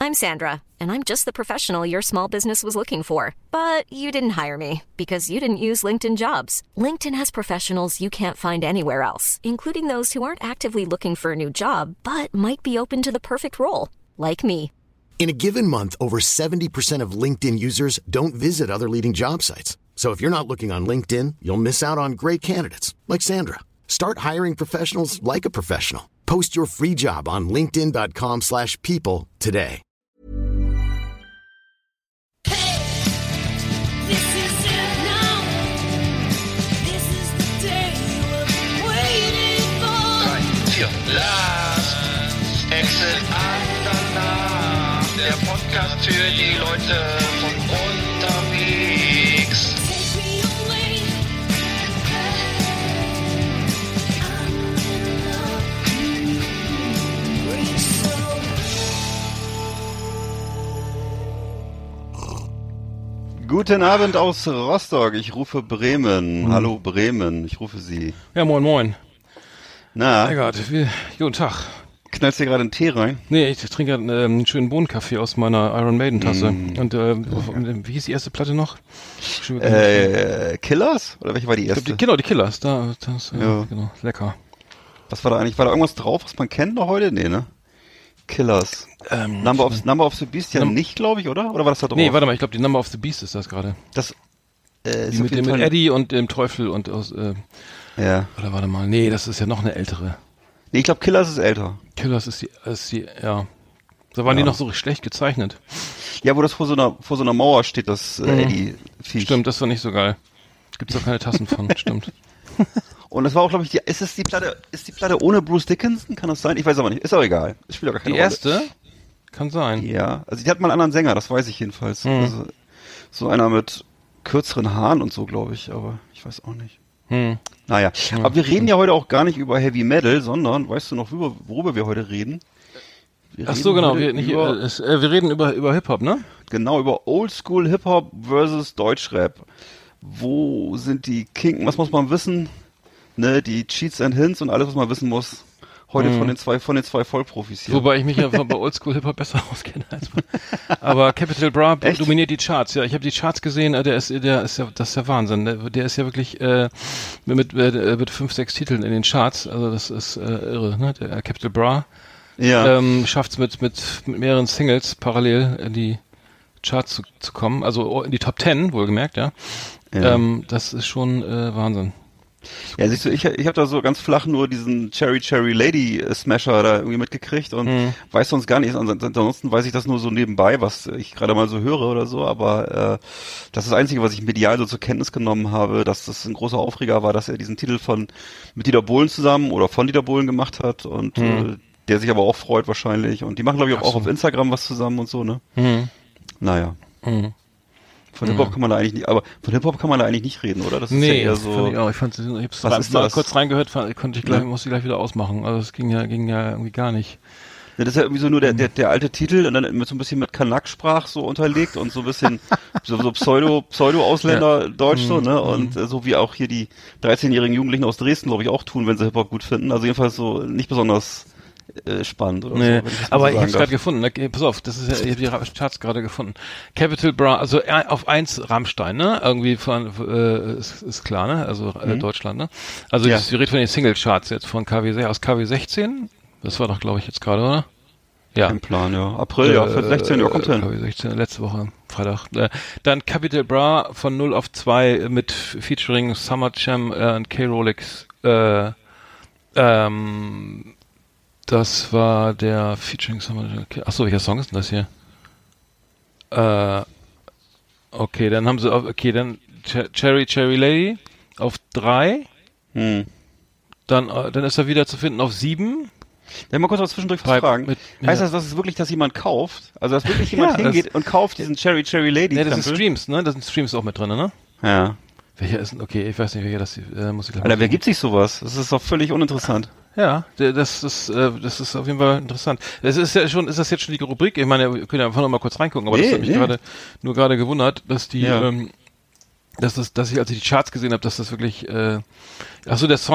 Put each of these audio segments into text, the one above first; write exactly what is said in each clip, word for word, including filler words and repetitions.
I'm Sandra, and I'm just the professional your small business was looking for. But you didn't hire me because you didn't use LinkedIn Jobs. LinkedIn has professionals you can't find anywhere else, including those who aren't actively looking for a new job, but might be open to the perfect role, like me. In a given month, over seventy percent of LinkedIn users don't visit other leading job sites. So if you're not looking on LinkedIn, you'll miss out on great candidates like Sandra. Start hiring professionals like a professional. Post your free job on linkedin.com slash people today. Hey, this is it now. This is the day we've been waiting for. drei, vier, Last Exit Andernach. Der Podcast für die Leute von unterwegs. Take me away. I'm in love. Reach so. Guten Abend aus Rostock. Ich rufe Bremen. Hallo Bremen. Ich rufe Sie. Ja, moin, moin. Na, Eckart, wie, guten Tag. knallst dir gerade einen Tee rein? Nee, ich trinke gerade ähm, einen schönen Bohnenkaffee aus meiner Iron Maiden Tasse. Mm. Und äh, wie hieß die erste Platte noch? Schon wieder- Äh, Killers? Oder welche war die ich glaub, erste? die, genau, die Killers. Da, das, äh, Ja. genau, lecker. Was war da eigentlich? War da irgendwas drauf, was man kennt noch heute? Nee, ne? Killers. Ähm, Number of, Number of the Beast ja Num- nicht, glaube ich, oder? Oder war das da drauf? Nee, warte mal, ich glaube, die Number of the Beast ist das gerade. Das äh, ist Die auf mit, jeden dem, mit Fall- Eddie und dem Teufel und aus, äh, Ja. oder warte mal, nee, das ist ja noch eine ältere. Nee, ich glaube, Killers ist älter. Killers ist die, ist die, ja. Da waren Ja. die noch so schlecht gezeichnet. Ja, wo das vor so einer, vor so einer Mauer steht, das äh, Mhm. Eddie-Viech. Stimmt, das war nicht so geil. Gibt's auch keine Tassen von, stimmt. Und das war auch, glaube ich, die, ist es die Platte, ist die Platte ohne Bruce Dickinson? Kann das sein? Ich weiß aber nicht. Ist auch egal. Das spielt auch gar keine Die Rolle. erste? Kann sein. Ja, also die hat mal einen anderen Sänger, das weiß ich jedenfalls. Mhm. Also, so einer mit kürzeren Haaren und so, glaube ich, aber ich weiß auch nicht. Hm. Naja, aber wir reden ja heute auch gar nicht über Heavy Metal, sondern, weißt du noch, worüber, worüber wir heute reden? Wir Ach reden so, genau. heute Wir, nicht, über, äh, es, äh, wir reden über, über Hip-Hop, ne? genau, über Oldschool Hip-Hop versus Deutschrap. Wo sind die Kinken, was muss man wissen? Ne, die Cheats and Hints und alles, was man wissen muss. Heute Mhm. von den zwei, von den zwei Vollprofis hier. Wobei ich mich ja bei Oldschool Hip-Hop besser auskenne als bei, aber Capital Bra Echt? dominiert die Charts. Ja, ich habe die Charts gesehen, äh, der ist, der ist ja, das ist ja Wahnsinn. Der, der ist ja wirklich äh, mit, mit, äh, mit fünf, sechs Titeln in den Charts. Also das ist äh, irre, ne? Der Capital Bra ja. ähm, schafft es mit, mit, mit mehreren Singles parallel in die Charts zu, zu kommen. Also in die Top Ten, wohlgemerkt, ja. ja. Ähm, das ist schon äh, Wahnsinn. Ja, siehst du, ich, ich habe da so ganz flach nur diesen Cherry Cherry Lady Smasher da irgendwie mitgekriegt und Mhm. weiß sonst gar nicht. Ansonsten weiß ich das nur so nebenbei, was ich gerade mal so höre oder so. Aber äh, das ist das Einzige, was ich medial so zur Kenntnis genommen habe, dass das ein großer Aufreger war, dass er diesen Titel von mit Dieter Bohlen zusammen oder von Dieter Bohlen gemacht hat und Mhm. äh, der sich aber auch freut wahrscheinlich. Und die machen, glaube ich, auch, Ach so. auch auf Instagram was zusammen und so, ne? Mhm. Naja. Mhm. Von Hip-Hop kann man da eigentlich nicht, aber von Hip-Hop kann man da eigentlich nicht reden, oder? Das ist Nee, ja eher fand so. ich auch. Ich fand, ich hab's Was rein, ist mal das? kurz reingehört, fand, konnte ich gleich, Ja. musste ich gleich wieder ausmachen. Also es ging ja, ging ja irgendwie gar nicht. Ja, das ist ja irgendwie so nur der, der, der alte Titel und dann mit so ein bisschen mit Kanak-Sprach so unterlegt und so ein bisschen so, so Pseudo, Pseudo-Ausländer-Deutsch so, ne? Und äh, so wie auch hier die dreizehnjährigen Jugendlichen aus Dresden, glaube ich, auch tun, wenn sie Hip-Hop gut finden. Also jedenfalls so nicht besonders äh, spannend oder Nee, so. wenn ich das mal aber so ich sagen hab's gerade darf. gefunden. Okay, pass auf, das ist ja, ich habe die Charts gerade gefunden. Capital Bra, also äh, auf eins Rammstein, ne? Irgendwie von, äh, ist, ist klar, ne? Also äh, Deutschland, ne? Also Ja. das, wir reden von den Single-Charts jetzt von K W sechzehn, aus K W sechzehn. Das war doch, glaube ich, jetzt gerade, oder? Ja. Kein Plan, ja. April, ja, für sechzehn, ja, kommt hin. K W sechzehn, letzte Woche, Freitag. Äh, dann Capital Bra von null auf zwei mit featuring Summer Jam äh, und K-Rolex. Äh, ähm, das war der featuring Summer Jam. Achso, welcher Song ist denn das hier? Äh, okay, dann haben sie auf, okay, dann Ch- Cherry Cherry Lady auf drei. Hm. Dann, äh, dann ist er wieder zu finden auf sieben. Darf ich mal kurz was zwischendurch was Bei- fragen? mit- heißt ja. das, dass es wirklich, dass jemand kauft? Also, dass wirklich jemand Ja, das- hingeht und kauft diesen Cherry Cherry Lady Ne, das sind Krempel? Streams, ne? Das sind Streams auch mit drin, ne? Ja. Welcher ist denn, okay, ich weiß nicht, welcher das äh, muss ich gleich Alter, mal wer suchen. gibt sich sowas? Das ist doch völlig uninteressant. Ja, der- das ist, äh, das ist auf jeden Fall interessant. Das ist ja schon, ist das jetzt schon die Rubrik? Ich meine, wir können ja einfach noch mal kurz reingucken, aber Nee, das hat mich nee. gerade, nur gerade gewundert, dass die, Ja. ähm, dass das, dass ich, als ich die Charts gesehen habe, dass das wirklich, äh, ach so, der Song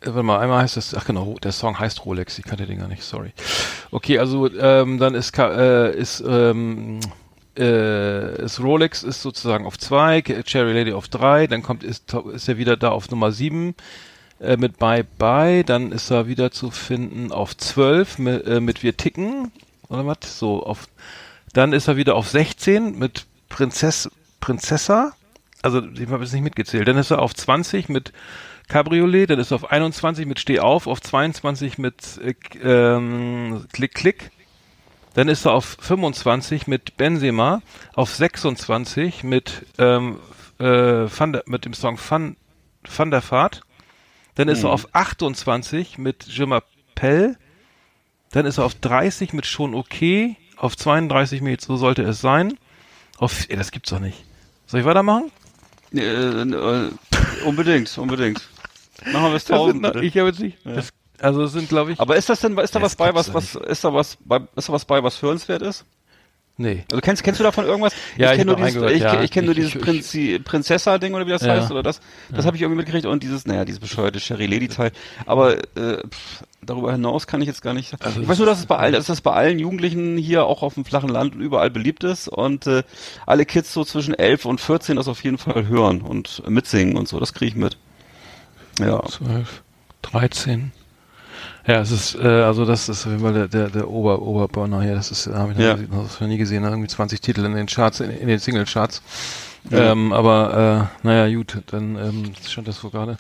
warte mal, einmal heißt das, ach genau, der Song heißt Rolex, ich kannte den gar nicht, sorry. Okay, also ähm, dann ist äh, ist ähm, äh, ist Rolex ist sozusagen auf zwei, Cherry Lady auf drei, dann kommt ist ist er wieder da auf Nummer sieben äh, mit Bye Bye, dann ist er wieder zu finden auf zwölf mit, äh, mit Wir ticken oder was, so auf, dann ist er wieder auf sechzehn mit Prinzess Prinzessa, also ich habe jetzt nicht mitgezählt, dann ist er auf zwanzig mit Cabriolet, dann ist er auf einundzwanzig mit Steh auf, auf zweiundzwanzig mit äh, ähm, Klick Klick, dann ist er auf fünfundzwanzig mit Benzema, auf sechsundzwanzig mit ähm, äh, Van der, mit dem Song Van, Van der Vaart, dann ist mhm. er auf achtundzwanzig mit Je m'appelle, dann ist er auf dreißig mit Schon okay, auf zweiunddreißig mit So sollte es sein, auf, ey, das gibt's doch nicht. Soll ich weitermachen? Äh, äh, unbedingt, unbedingt. Machen wir bis tausend. Noch, ich habe jetzt nicht. Ja. Das, also es sind, glaube ich. Aber ist das denn, ist da was bei, was, was, ist da was bei, ist da was bei, was hörenswert ist? Nee. Also kennst, kennst du davon irgendwas? Ja, ich kenne nur dieses, ich, ja, ich kenn nur ich, dieses ich, Prinzi, Prinzessa-Ding oder wie das ja. heißt oder das. Das ja. habe ich irgendwie mitgekriegt und dieses, naja, dieses bescheuerte Cherry Lady-Teil. Aber äh, pff, darüber hinaus kann ich jetzt gar nicht. Also ich weiß nur, dass es bei allen, dass das bei allen Jugendlichen hier auch auf dem flachen Land und überall beliebt ist und äh, alle Kids so zwischen elf und vierzehn das auf jeden Fall hören und mitsingen und so. Das kriege ich mit. Ja. zwölf, dreizehn. Ja, es ist, äh, also das ist auf jeden Fall der, der, der Ober, Oberburner hier, das ist, habe ich noch, ja. nie, noch nie gesehen, irgendwie zwanzig Titel in den Charts, in, in den Single-Charts. Ja. Ähm, aber, äh, naja, gut, dann ähm, scheint das wohl gerade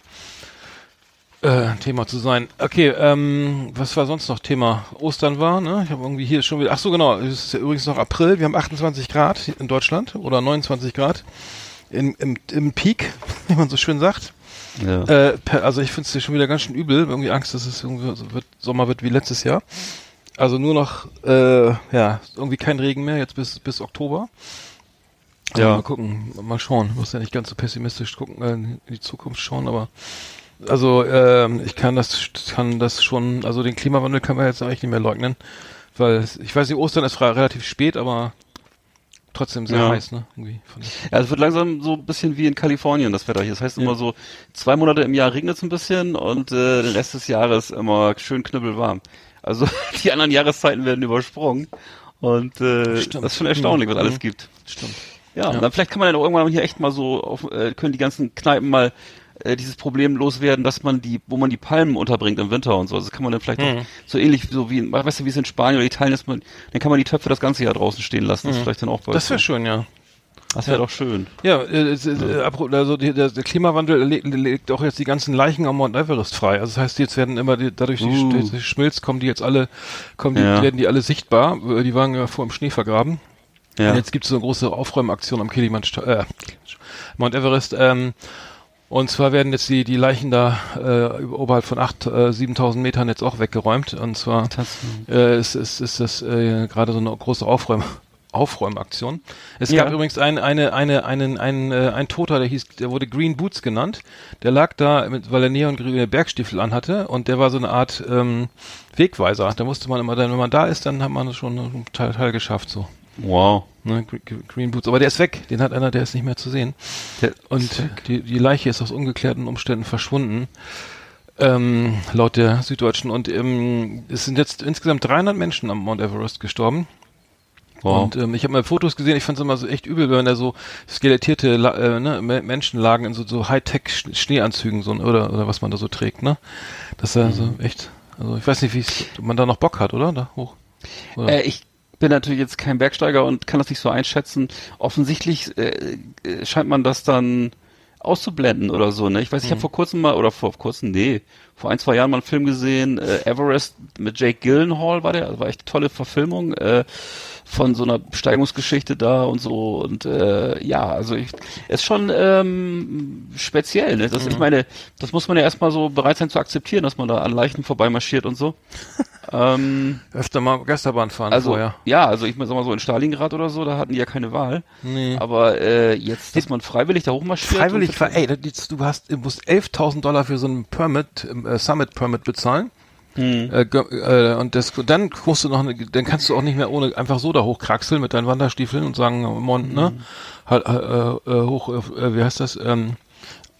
äh, Thema zu sein. Okay, ähm, was war sonst noch Thema? Ostern war, ne? Ich habe irgendwie hier schon wieder, ach so, genau, es ist ja übrigens noch April, wir haben achtundzwanzig Grad in Deutschland oder neunundzwanzig Grad in, im, im Peak, wie man so schön sagt. Ja. Äh, per, also ich finde es schon wieder ganz schön übel, irgendwie Angst, dass es irgendwie so wird, Sommer wird wie letztes Jahr. Also nur noch, äh, ja, irgendwie kein Regen mehr, jetzt bis bis Oktober. Also ja. Mal gucken, mal schauen. Ich muss ja nicht ganz so pessimistisch gucken, äh, in die Zukunft schauen, aber also äh, ich kann das kann das schon, also den Klimawandel kann man jetzt eigentlich nicht mehr leugnen, weil ich weiß nicht, Ostern ist relativ spät, aber trotzdem sehr ja. heiß, ne? Irgendwie. Ja, es wird langsam so ein bisschen wie in Kalifornien, das Wetter hier. Das heißt ja. immer so, zwei Monate im Jahr regnet es ein bisschen und äh, den Rest des Jahres immer schön knüppelwarm. Also die anderen Jahreszeiten werden übersprungen und äh, das ist schon erstaunlich, was mhm. alles gibt. Stimmt. Ja, ja. Dann vielleicht kann man dann auch irgendwann hier echt mal so, auf, äh, können die ganzen Kneipen mal äh, dieses Problem loswerden, dass man die, wo man die Palmen unterbringt im Winter und so. Das kann man dann vielleicht mhm. auch so ähnlich, so wie, weißt du, wie es in Spanien oder Italien ist, man, dann kann man die Töpfe das ganze Jahr draußen stehen lassen. Das mhm. ist vielleicht dann auch bald. Das wäre schön, ja. Das wäre ja. doch schön. Ja, äh, äh, also die, der, der Klimawandel legt, legt auch jetzt die ganzen Leichen am Mount Everest frei. Also das heißt, jetzt werden immer die, dadurch uh. die, die Schmilz kommen die jetzt alle, kommen die, ja. werden die alle sichtbar. Die waren ja vor im Schnee vergraben. Ja. Und jetzt gibt es so eine große Aufräumaktion am Kilimanjaro, äh, Mount Everest. Ähm, und zwar werden jetzt die die Leichen da äh, oberhalb von acht, äh, siebentausend Metern jetzt auch weggeräumt. Und zwar äh, ist, ist, ist das äh, gerade so eine große Aufräum Aufräumaktion. Es ja. gab übrigens ein, eine, eine, einen, einen, äh, ein Toter, der hieß, der wurde Green Boots genannt. Der lag da, mit, weil er neongrüne Bergstiefel anhatte und der war so eine Art ähm, Wegweiser. Da musste man immer, dann, wenn man da ist, dann hat man schon einen Teil, Teil geschafft, so. Wow. Ne, Green Boots. Aber der ist weg. Den hat einer, der ist nicht mehr zu sehen. Der und die, die Leiche ist aus ungeklärten Umständen verschwunden. Ähm, laut der Süddeutschen. Und ähm, es sind jetzt insgesamt dreihundert Menschen am Mount Everest gestorben. Wow. Und ähm, ich habe mal Fotos gesehen, ich fand es immer so echt übel, wenn da so skelettierte äh, ne, Menschen lagen in so, so Hightech-Schneeanzügen so, oder oder was man da so trägt, ne? Das ist ja so echt, also ich weiß nicht, wie man da noch Bock hat, oder? Da hoch? Oder? Äh, ich bin natürlich jetzt kein Bergsteiger und kann das nicht so einschätzen. Offensichtlich äh, scheint man das dann auszublenden oder so, ne? Ich weiß, ich habe vor kurzem mal, oder vor kurzem, nee, vor ein, zwei Jahren mal einen Film gesehen, äh, Everest mit Jake Gyllenhaal war der, also war echt eine tolle Verfilmung, äh, von so einer Besteigungsgeschichte da und so und äh, ja, also ich, ist schon ähm, speziell, ne? Das, mhm. Ich meine, das muss man ja erstmal so bereit sein zu akzeptieren, dass man da an Leichen vorbeimarschiert und so. ähm, Öfter mal Geisterbahn fahren also, vorher. Ja, also ich sag mal so in Stalingrad oder so, da hatten die ja keine Wahl. Nee. Aber äh, jetzt, dass man freiwillig da hochmarschiert. Freiwillig, ey, du hast, du musst elftausend Dollar für so einen Permit, äh, Summit Permit bezahlen. Hm. Äh, äh, und das, dann musst du noch, eine, dann kannst du auch nicht mehr ohne einfach so da hochkraxeln mit deinen Wanderstiefeln und sagen, Mont, ne, halt, äh, äh, hoch, äh, wie heißt das, ähm,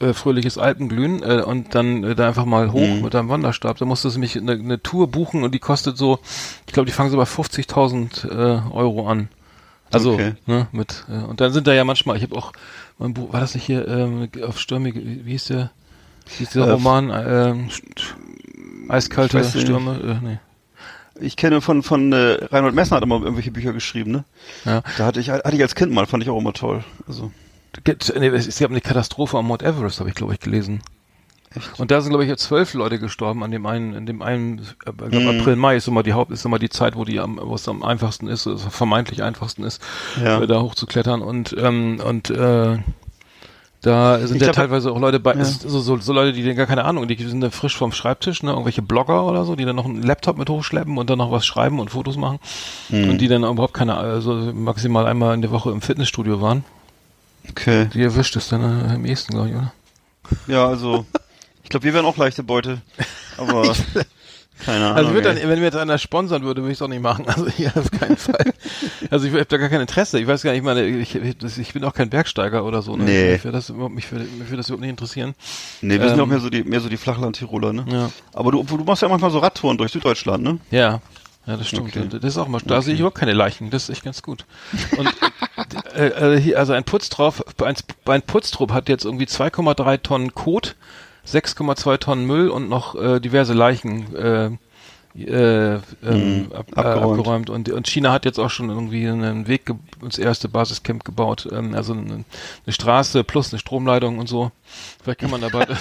äh, fröhliches Alpenglühen äh, und dann äh, da einfach mal hoch Mhm. mit deinem Wanderstab. Da musst du nämlich eine, eine Tour buchen und die kostet so, ich glaube, die fangen so bei fünfzigtausend äh, Euro an. Also, Okay. ne, mit, äh, und dann sind da ja manchmal, ich habe auch, mein Buch, war das nicht hier ähm, auf Stürmige, wie hieß der, wie hieß dieser Äh, Roman, ähm, Eiskalte ich weiß nicht. Stürme, äh, nee. Ich kenne von von äh, Reinhold Messner hat immer irgendwelche Bücher geschrieben, ne? Ja. Da hatte ich hatte ich als Kind mal, fand ich auch immer toll. Also Gibt- Nee, es ist ja eine Katastrophe am Mount Everest, habe ich, glaube ich, gelesen. echt. Und da sind, glaube ich, jetzt zwölf Leute gestorben an dem einen, in dem einen, äh, ich glaub, Mhm. April, Mai ist immer die Haupt, ist immer die Zeit, wo die am, wo es am einfachsten ist, also vermeintlich einfachsten ist, Ja. äh, da hochzuklettern und, ähm, und, äh, da sind Ich ja glaub, teilweise auch Leute bei, ja. ist so, so, so Leute, die denen gar keine Ahnung, die sind da frisch vom Schreibtisch, ne, irgendwelche Blogger oder so, die dann noch einen Laptop mit hochschleppen und dann noch was schreiben und Fotos machen Mhm. und die dann überhaupt keine, also maximal einmal in der Woche im Fitnessstudio waren. Okay. Die erwischt es dann äh, am ehesten, glaube ich, oder? Ja, also ich glaube, wir wären auch leichte Beute. Aber keine Ahnung. Also ich würde dann, ey. wenn mir jetzt einer sponsern würde, würde ich es auch nicht machen. Also hier auf keinen Fall. Also ich habe da gar kein Interesse. Ich weiß gar nicht, ich meine, ich, ich, ich bin auch kein Bergsteiger oder so. Ne? Nee. Mich würde das überhaupt, mich würde, mich würde das überhaupt nicht interessieren. Nee, wir sind ähm, ja auch mehr so die mehr so die Flachland-Tiroler, ne? Ja. Aber du du machst ja manchmal so Radtouren durch Süddeutschland, ne? Ja. Ja, das stimmt. Okay. Das ist auch mal, da sehe ich überhaupt keine Leichen. Das ist echt ganz gut. Und äh, äh, hier, also ein Putztrupp, ein, ein Putztrupp hat jetzt irgendwie zwei Komma drei Tonnen Kot, sechs Komma zwei Tonnen Müll und noch äh, diverse Leichen äh, äh, ähm, Mhm. ab, äh, Abgeräumt. abgeräumt. Und, und China hat jetzt auch schon irgendwie einen Weg, ge- ins erste Basiscamp gebaut, ähm, also eine, eine Straße plus eine Stromleitung und so. Vielleicht kann man da bald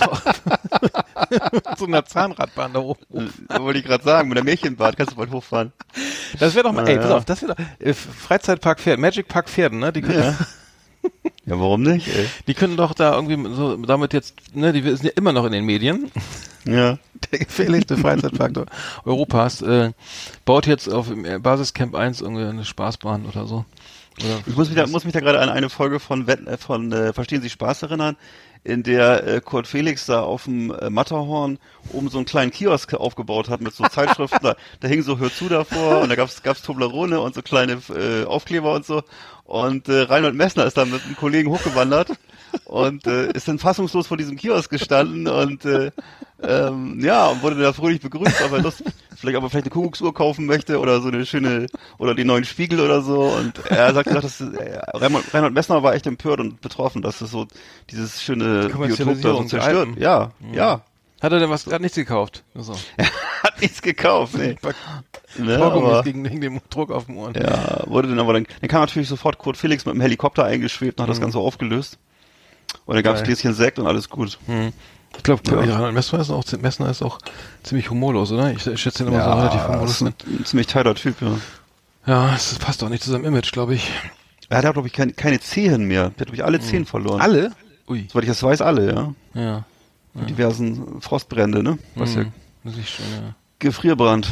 mit so einer Zahnradbahn da oben. Äh, wollte ich gerade sagen, mit der Märchenbad kannst du bald hochfahren. Das wäre doch mal, Ah, ey, pass ja. auf, das wäre doch, äh, Freizeitpark Pferden, Magic Park Pferden, ne, die können, Ja. Ja, warum nicht, ey? die können doch da irgendwie so, damit jetzt, ne, die sind ja immer noch in den Medien. Ja. Der gefährlichste Freizeitpark der Europas, äh, baut jetzt auf im Basiscamp eins irgendwie eine Spaßbahn oder so. Oder Ich muss mich da, muss mich da gerade an eine Folge von Wetten, äh, von äh, Verstehen Sie Spaß erinnern, in der äh, Kurt Felix da auf dem äh, Matterhorn oben so einen kleinen Kiosk aufgebaut hat mit so Zeitschriften. da, da hing so Hör zu davor und da gab's gab's Toblerone und so kleine äh, Aufkleber und so. Und äh, Reinhold Messner ist da mit einem Kollegen hochgewandert und äh, ist dann fassungslos vor diesem Kiosk gestanden und äh, ähm, ja, und wurde da fröhlich begrüßt, ob er Lust, vielleicht ob er vielleicht eine Kuckucksuhr kaufen möchte oder so eine schöne, oder den neuen Spiegel oder so. Und er sagt gesagt, dass äh, Reinhold, Reinhold Messner war echt empört und betroffen, dass es so dieses schöne Biotop da so Kommerzialisierung der zerstört. Alpen. Ja, ja. hat er denn was, er hat nichts gekauft. So. Hat nichts gekauft, nee. Ne, Kaugummis aber, gegen, gegen den Druck auf dem Ohren. ja, wurde dann aber dann, dann kam natürlich sofort Kurt Felix mit dem Helikopter eingeschwebt und hat das Ganze aufgelöst. Und dann gab's Geil. Gläschen Sekt und alles gut. Ich glaube, Ja. ja. Messner ist auch, Messner ist auch ziemlich humorlos, oder? Ich schätze ihn immer so Ja, relativ das humorlos. ist ein, ein ziemlich tighter Typ, ja. Ja, das passt auch nicht zu seinem Image, glaube ich. Er hat, glaube ich, keine, keine Zehen mehr. Der hat, glaube ich, alle Zehen verloren. Alle? Ui. Soweit ich das weiß, alle, ja. Ja. Für diversen Frostbrände, ne? Was ja Mhm. Das ist schon, ja. Gefrierbrand.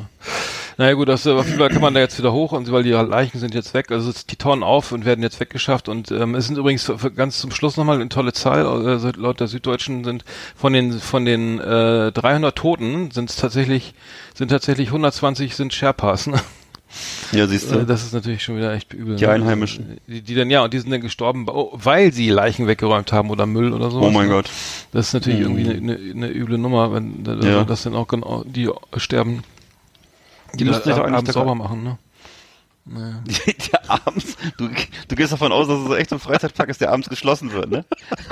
Naja gut, das, auf jeden Fall kann man da jetzt wieder hoch, und weil die Leichen sind jetzt weg, also die tauen auf und werden jetzt weggeschafft, und ähm, es sind übrigens für, für ganz zum Schluss nochmal eine tolle Zahl, also laut der Süddeutschen sind von den von den äh, dreihundert Toten sind es tatsächlich sind tatsächlich hundertzwanzig sind Sherpas. Ne? Ja, siehst Äh, du. Das ist natürlich schon wieder echt übel. Die ne? Einheimischen. Die, die dann, ja, und die sind dann gestorben, oh, weil sie Leichen weggeräumt haben oder Müll oder so. Oh mein Gott. Das ist natürlich Hm. irgendwie eine, eine, eine üble Nummer, wenn da- Ja. das dann auch genau die sterben. Die Die müssten sich da doch eigentlich abends da- sauber machen, ne? Naja. Der abends, du, du gehst davon aus, dass es so echt so ein Freizeitpark ist, der abends geschlossen wird, ne?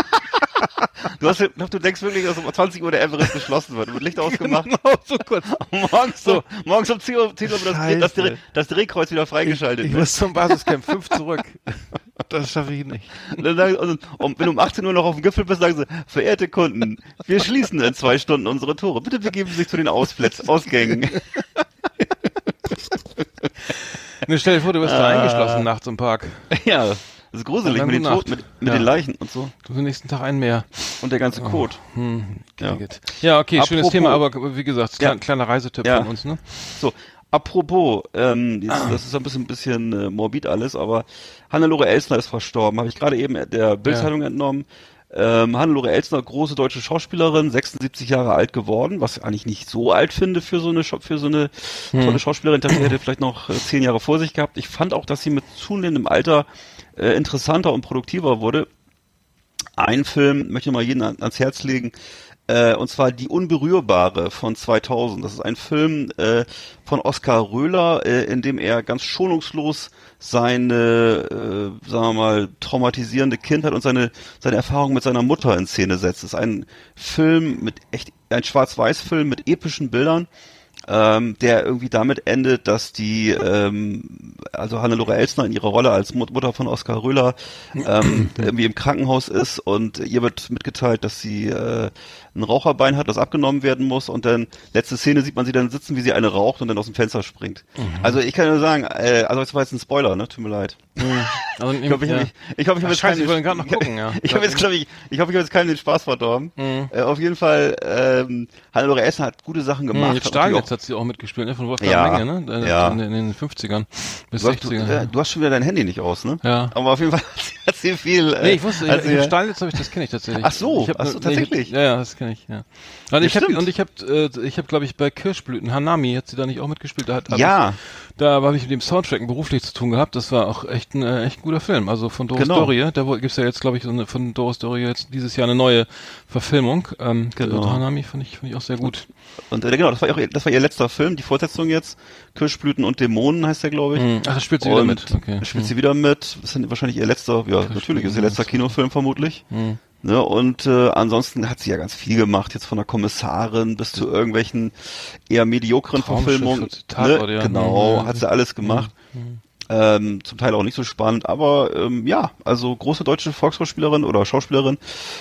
Du, hast, du denkst wirklich, dass um zwanzig Uhr der Everest geschlossen wird, wird Licht ausgemacht. Genau, so kurz. Morgens, so, morgens um zehn Uhr, zehn Uhr wird das, Dreh- das, Dreh, Scheiße. das Drehkreuz wieder freigeschaltet. Ich ne? muss zum Basiscamp fünf zurück. Das schaffe ich nicht. Und dann sagen, also, um, wenn du um achtzehn Uhr noch auf dem Gipfel bist, sagen sie, verehrte Kunden, wir schließen in zwei Stunden unsere Tore. Bitte begeben Sie sich zu den Ausplätzen, Ausgängen. Ne, stell dir vor, du wirst da Ah. eingeschlossen nachts im Park. Ja, das ist gruselig Dann mit den, gute Toten, Nacht. mit, mit Ja. den Leichen und so. Du hast am nächsten Tag einen mehr. Und der ganze Kot. Hm, Ja. ja. ja, okay, schönes Apropos- Thema, aber wie gesagt, klein, Ja. kleiner Reisetipp Ja. von uns, ne? So, apropos, ähm, jetzt, das ist ein bisschen, ein bisschen äh, morbid alles, aber Hannelore Elsner ist verstorben, habe ich gerade eben der Bild-Zeitung entnommen. Ähm, Hannelore Elsner, große deutsche Schauspielerin, sechsundsiebzig Jahre alt geworden, was ich eigentlich nicht so alt finde für so eine Schau- für so eine tolle Schauspielerin. Ich dachte, sie hätte vielleicht noch äh, zehn Jahre vor sich gehabt. Ich fand auch, dass sie mit zunehmendem Alter äh, interessanter und produktiver wurde. einen Film möchte ich mal jeden an, ans Herz legen, äh, und zwar Die Unberührbare von zweitausend. Das ist ein Film äh, von Oskar Röhler, äh, in dem er ganz schonungslos seine, äh, sagen wir mal, traumatisierende Kindheit und seine seine Erfahrung mit seiner Mutter in Szene setzt. Das ist ein Film mit echt, ein Schwarz-Weiß-Film mit epischen Bildern, ähm, der irgendwie damit endet, dass die, ähm, also Hannelore Elsner in ihrer Rolle als Mut- Mutter von Oskar Röhler ähm, irgendwie im Krankenhaus ist und ihr wird mitgeteilt, dass sie äh, ein Raucherbein hat, das abgenommen werden muss, und dann letzte Szene sieht man sie dann sitzen, wie sie eine raucht und dann aus dem Fenster springt. Mhm. Also ich kann nur sagen, äh, also das war jetzt ein Spoiler, ne? Tut mir leid. Mhm. Also ich glaube, ich, ja. hab, ich, ich, hoffe, ich habe jetzt Scheiße, keinen, ich wollte gerade noch gucken, ja. Ich habe jetzt, glaube ich, ich hoffe, ich habe jetzt keinen den Spaß verdorben. Mhm. Äh, auf jeden Fall, ähm, Hannelore Elsner hat gute Sachen gemacht. Mhm, mit Stahlnetz hat sie auch mitgespielt, ne? Von Wolfgang ja, Menge, ne? In, ja. in, in den fünfzigern bis du hast, sechzigern. Du, äh, du hast schon wieder dein Handy nicht aus, ne? Ja. Aber auf jeden Fall hat sie viel. Äh, nee, ich wusste, ich, sie, ich, Stahlnetz habe ich, das kenne ich tatsächlich. Ach so, ich hab, ach so, nee, tatsächlich. Ich, ja, ja, das kenne ich, ja. Und ich ja, habe und ich habe äh, ich habe glaube ich bei Kirschblüten Hanami, hat sie da nicht auch mitgespielt? Da hat, hab ja. Ich, da habe ich mit dem Soundtrack beruflich zu tun gehabt. Das war auch echt ein äh, echt ein guter Film. Also von Doris Genau. Dörrie. Da gibt's ja jetzt glaube ich so eine, von Doris Dörrie jetzt dieses Jahr eine neue Verfilmung. Ähm, genau. Hanami fand ich fand ich auch sehr gut. Und, und äh, genau, das war auch ihr, das war ihr letzter Film, die Fortsetzung jetzt. Kirschblüten und Dämonen heißt der, glaube ich. Mhm. Ach, da spielt sie wieder und mit. Okay. Spielt mhm. sie wieder mit. Das ist wahrscheinlich ihr letzter, ja, natürlich ist ihr letzter Kinofilm vermutlich. Mhm. Ne, und äh, ansonsten hat sie ja ganz viel gemacht, jetzt von der Kommissarin bis zu irgendwelchen eher mediokren Verfilmungen. Ne? Ja. Genau, mhm. hat sie alles gemacht. Mhm. Ähm, zum Teil auch nicht so spannend, aber ähm, ja, also große deutsche Volksschauspielerin oder Schauspielerin.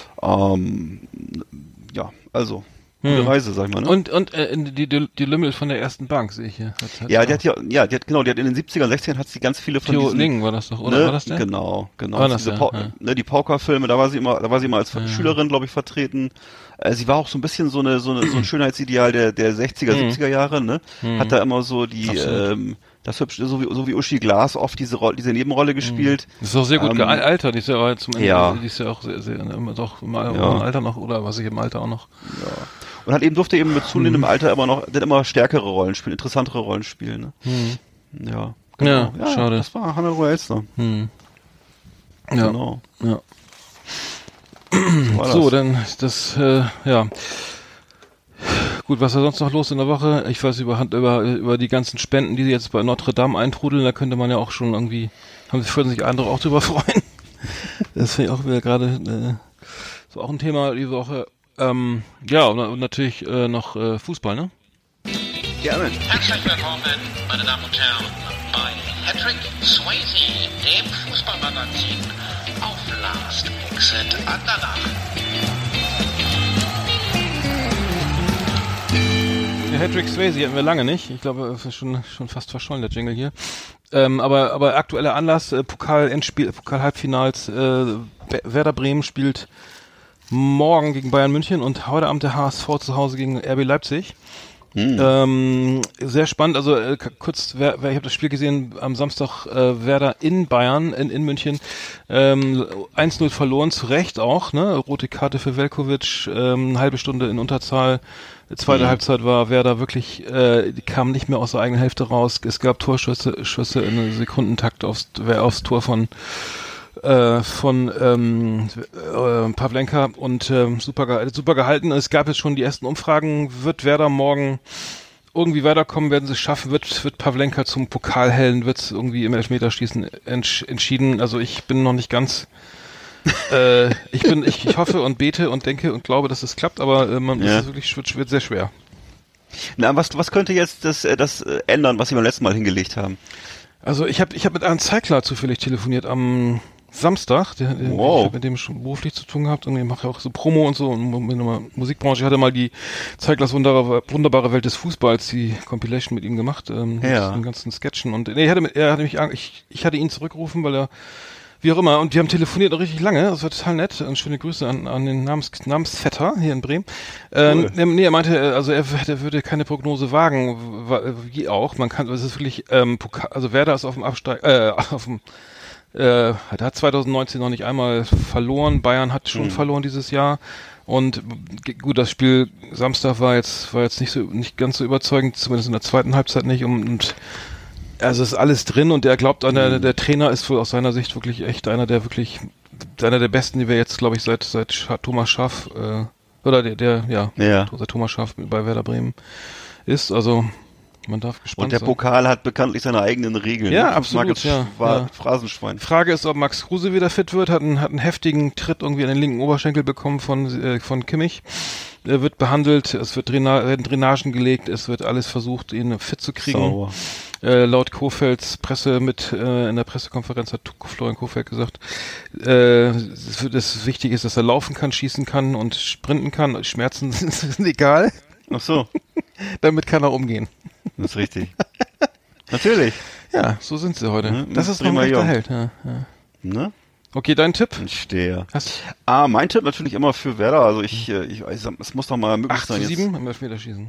Ähm, ja, also gute Hm. Reise, sag ich mal. Ne? Und und äh, die, die die Lümmel von der ersten Bank sehe ich hier. Hat, hat ja, die hat ja, ja, die hat genau, die hat in den siebzigern, sechzigern hat sie ganz viele von Theo diesen. Ling war das doch, oder Ne, war das der? Genau, genau. War das diese der? Pau- Ja. ne, die Pauker-Filme, da war sie immer, da war sie immer als Ja. Schülerin, glaube ich, vertreten. Äh, sie war auch so ein bisschen so eine, so eine, so ein Schönheitsideal der der sechziger, Mhm. siebziger Jahre, ne? Mhm. Hat da immer so die, Absolut. ähm, das hübsche, so wie, so wie Uschi Glas oft diese Rolle, diese Nebenrolle gespielt. Das ist auch sehr gut Ähm, gealtert. Die ist ja auch zum Ende, ja. die ist ja auch sehr, sehr, immer doch im, Al- Ja. im Alter noch, oder was ich im Alter auch noch. Ja. Und hat eben durfte eben mit zunehmendem Alter immer noch, dann immer stärkere Rollen spielen, interessantere Rollen spielen, ne? Mhm. Ja. Ja, schade. Das war Hannelore Elsner. Hm. Ja. Genau. Ja. So, war So, das. dann das, äh, ja. Gut, was war sonst noch los in der Woche? Ich weiß über, über, über die ganzen Spenden, die jetzt bei Notre Dame eintrudeln, da könnte man ja auch schon irgendwie, haben sich, würden sich andere auch drüber freuen. Das finde ich auch wieder gerade, äh, so auch ein Thema die Woche. Ähm, ja, und, und natürlich äh, noch äh, Fußball, ne? Gerne. Herzlich willkommen, meine Damen und Herren, bei Patrick Swayze, dem Fußballmagazin auf Last Exit Andernach. Ja, Patrick Swayze hatten wir lange nicht. Ich glaube, es ist schon, schon fast verschollen, der Jingle hier. Ähm, aber, aber aktueller Anlass, äh, Pokal-Endspiel, Pokal-Halbfinals, äh, Werder Bremen spielt morgen gegen Bayern München und heute Abend der H S V zu Hause gegen R B Leipzig. Hm. Ähm, sehr spannend, also äh, k- kurz, wer, wer, ich habe das Spiel gesehen am Samstag, äh, Werder in Bayern, in, in München, ähm, eins null verloren, zu Recht auch, ne, rote Karte für Velkovic, ähm, halbe Stunde in Unterzahl, zweite Mhm. Halbzeit war Werder wirklich, äh, die kam nicht mehr aus der eigenen Hälfte raus, es gab Torschüsse Schüsse in einem Sekundentakt aufs, aufs Tor von äh, von ähm, äh, Pavlenka und ähm, super, ge- super gehalten. Es gab jetzt schon die ersten Umfragen. Wird Werder morgen irgendwie weiterkommen? Werden sie es schaffen? Wird, wird Pavlenka zum Pokalhelden? Wird es irgendwie im Elfmeterschießen entsch- entschieden? Also ich bin noch nicht ganz äh, ich bin, ich, ich hoffe und bete und denke und glaube, dass es klappt, aber äh, man Ja. ist wirklich, wird, wird sehr schwer. Na, was, was könnte jetzt das, äh, das äh, ändern, was Sie beim letzten Mal hingelegt haben? Also ich habe ich hab mit Arndt Zeigler zufällig telefoniert am Samstag, der, der, Wow. ich habe mit dem schon beruflich zu tun gehabt und ich mache ja auch so Promo und so und mit der Musikbranche. Ich hatte mal die Zeiglers wunderbare, wunderbare Welt des Fußballs, die Compilation mit ihm gemacht, ähm, Ja. mit den ganzen Sketchen und nee, ich hatte mit, er hatte mich, an- ich, ich hatte ihn zurückgerufen, weil er wie auch immer, und wir haben telefoniert richtig lange, das war total nett, und schöne Grüße an, an den Namens, Namensvetter hier in Bremen. Äh, Cool. Nee, er meinte, äh, also er, er würde keine Prognose wagen, wa- wie auch, man kann, es ist wirklich, ähm, Pokal, also Werder ist auf dem Absteig, äh, auf dem, äh, hat zwanzig neunzehn noch nicht einmal verloren, Bayern hat schon Mhm. verloren dieses Jahr, und g- gut, das Spiel Samstag war jetzt, war jetzt nicht so, nicht ganz so überzeugend, zumindest in der zweiten Halbzeit nicht, und, und also ist alles drin und er glaubt an der, der Trainer ist wohl aus seiner Sicht wirklich echt einer, der wirklich einer der besten, die wir jetzt, glaube ich, seit seit Scha- Thomas Schaff äh, oder der, der ja, Ja. seit Thomas Schaff bei Werder Bremen ist. Also man darf gespannt Und der sein. Pokal hat bekanntlich seine eigenen Regeln. Ja, ne? absolut, Market ja, war ja. Phrasenschwein. Frage ist, ob Max Kruse wieder fit wird, hat einen, hat einen heftigen Tritt irgendwie an den linken Oberschenkel bekommen von, äh, von Kimmich. Er wird behandelt, es wird Draina- werden Drainagen gelegt, es wird alles versucht, ihn fit zu kriegen. Sauber. Äh, laut Kofelds Presse mit, äh, in der Pressekonferenz hat Florian Kofeld gesagt, äh, es wird, das wichtig ist, dass er laufen kann, schießen kann und sprinten kann. Schmerzen sind egal. Ach so, Damit kann er umgehen. das ist richtig. Natürlich. Ja, so sind sie heute. Ja, Das ist noch ein prima echter Jung. Held. Ja, ja. Ne? Okay, dein Tipp? Ich stehe. Hast Ah, mein Tipp natürlich immer für Werder. Also ich, äh, ich weiß, es muss doch mal möglich acht zu sein. sieben im Elfmeterschießen.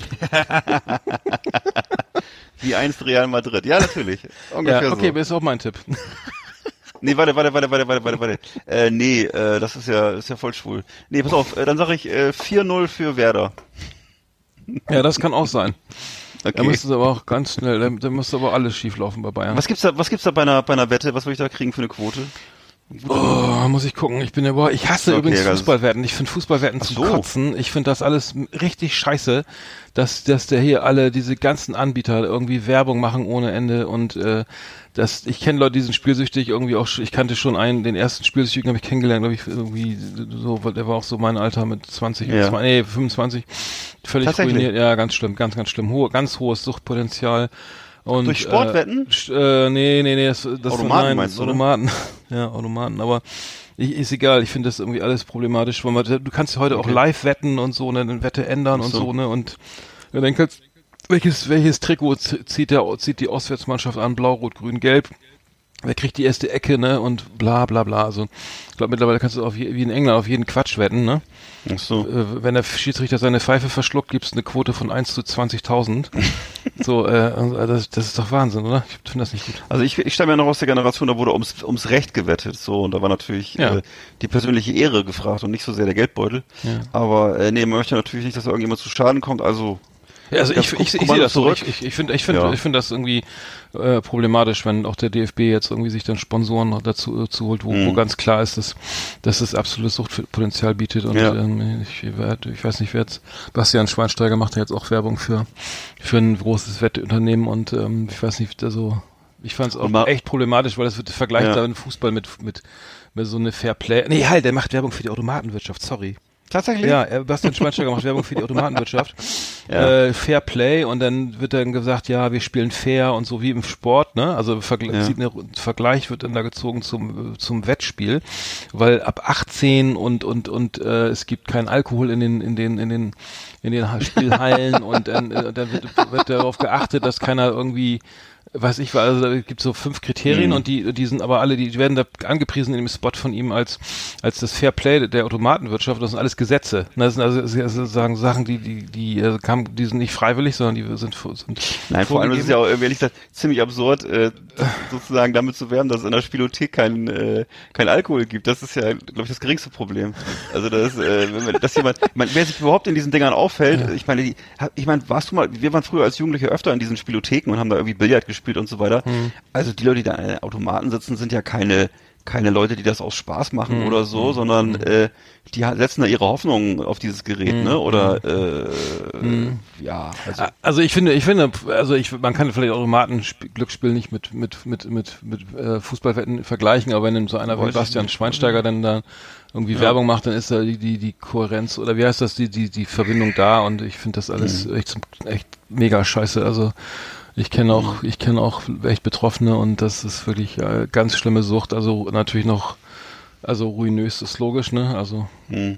Wie einst Real Madrid. Ja, natürlich. Ungefähr Ja, okay, so. ist auch mein Tipp. Nee, warte, warte, warte, warte, warte, warte, warte. Äh, nee, äh, das ist ja, ist ja voll schwul. Nee, pass auf, äh, dann sage ich äh, vier null für Werder. Ja, das kann auch sein. Da Okay. müsste es aber auch ganz schnell, da, da müsste aber alles schief laufen bei Bayern. Was gibt's da, was gibt's da bei einer, bei einer Wette? Was will ich da kriegen für eine Quote? Oh, muss ich gucken. Ich bin ja, boah, ich hasse Okay, übrigens das- Fußballwetten. Ich finde Fußballwetten Ach zum so. Kotzen. Ich finde das alles m- richtig scheiße, dass, dass der hier alle, diese ganzen Anbieter irgendwie Werbung machen ohne Ende und, äh, das, ich kenne Leute, die sind spielsüchtig, irgendwie auch, sch- ich kannte schon einen, den ersten Spielsüchtigen habe ich kennengelernt, glaube ich, irgendwie so, weil der war auch so mein Alter mit zwanzig, Ja. zwanzig nee, fünfundzwanzig, völlig Tatsächlich? ruiniert, ja, ganz schlimm, ganz, ganz schlimm, hohe, ganz hohes Suchtpotenzial. Und, Durch Sportwetten? Äh, sch- äh, nee, nee, nee, das, das Automaten nein, meinst du, oder? Automaten. Ja, Automaten, aber ich, ist egal, ich finde das irgendwie alles problematisch, weil man, du kannst ja heute Okay. auch live wetten und so, ne, eine Wette ändern Ach und so. so, ne, und ja, dann kannst, welches, welches Trikot z- zieht der, zieht die Auswärtsmannschaft an, blau, rot, grün, gelb, wer kriegt die erste Ecke, ne, und bla, bla, bla, also, ich glaube, mittlerweile kannst du auf, je, wie in England auf jeden Quatsch wetten, ne. Ach so. Äh, wenn der Schiedsrichter seine Pfeife verschluckt, gibt's eine Quote von eins zu zwanzigtausend. So, äh, also das, das ist doch Wahnsinn, oder? Ich finde das nicht gut. Also ich, ich stamme ja noch aus der Generation, da wurde ums, ums Recht gewettet, so, und da war natürlich Ja. äh, die persönliche Ehre gefragt und nicht so sehr der Geldbeutel. Ja. Aber äh, nee, man möchte natürlich nicht, dass da irgendjemand zu Schaden kommt, also Ja, also Ja, ich, ich, ich, ich Kommando sehe das so. zurück. Ich, ich, ich finde ich finde, Ja. ich finde das irgendwie äh, problematisch, wenn auch der D F B jetzt irgendwie sich dann Sponsoren noch dazu äh, zu holt, wo, wo Mhm. ganz klar ist, dass, dass es absolutes Suchtpotenzial bietet. Und Ja. ähm, ich, werd- ich weiß nicht, wer jetzt, Bastian Schweinsteiger macht ja jetzt auch Werbung für, für ein großes Wettunternehmen und ähm, ich weiß nicht, also ich fand es auch Und mal- echt problematisch, weil das wird vergleicht Ja. da in Fußball mit, mit, mit so eine Fairplay. Nee, halt, der macht Werbung für die Automatenwirtschaft, sorry. tatsächlich. Ja, er- Bastian Schweinsteiger macht Werbung für die Automatenwirtschaft. Ja. Äh, Fair Play und dann wird dann gesagt, ja, wir spielen fair und so wie im Sport, ne? Also Vergl Ja. sieht eine, Vergleich wird dann da gezogen zum zum Wettspiel, weil ab achtzehn und und und äh, es gibt keinen Alkohol in den in den in den in den Ha- Spielhallen und dann äh, dann wird, wird darauf geachtet, dass keiner irgendwie weiß ich, also da gibt so fünf Kriterien Mhm. und die, die sind aber alle, die werden da angepriesen in dem Spot von ihm als, als das Fair Play der Automatenwirtschaft. Das sind alles Gesetze. Das sind also sozusagen Sachen, die, die, die, äh, kamen, die sind nicht freiwillig, sondern die sind, sind Nein, vor allem ist es ja auch, irgendwie, ehrlich gesagt, ziemlich absurd, äh, sozusagen damit zu werben, dass es in der Spielothek kein, äh, kein Alkohol gibt. Das ist ja, glaube ich, das geringste Problem. Also das, äh, wenn man, dass jemand, ich meine, wer sich überhaupt in diesen Dingern auffällt, ich meine, die, ich meine, warst du mal, wir waren früher als Jugendliche öfter in diesen Spielotheken und haben da irgendwie Billard gespielt und so weiter. Also die Leute, die da an den Automaten sitzen, sind ja keine keine Leute, die das aus Spaß machen oder so, sondern äh, die ha- setzen da ihre Hoffnung auf dieses Gerät, ne? Oder äh, ja, also Also ich finde, ich finde, also ich, man kann vielleicht Automaten-Glücksspiel nicht mit mit mit mit mit äh, Fußballwetten vergleichen, aber wenn so einer wie Weiß ich Bastian nicht. Schweinsteiger dann da irgendwie Werbung macht, dann ist da die die die Kohärenz oder wie heißt das, die die die Verbindung da und ich finde das alles Mhm. echt zum, echt mega scheiße. Also ich kenne auch ich kenne auch echt Betroffene und das ist wirklich äh, ganz schlimme Sucht. Also natürlich noch also ruinös ist logisch, ne? Also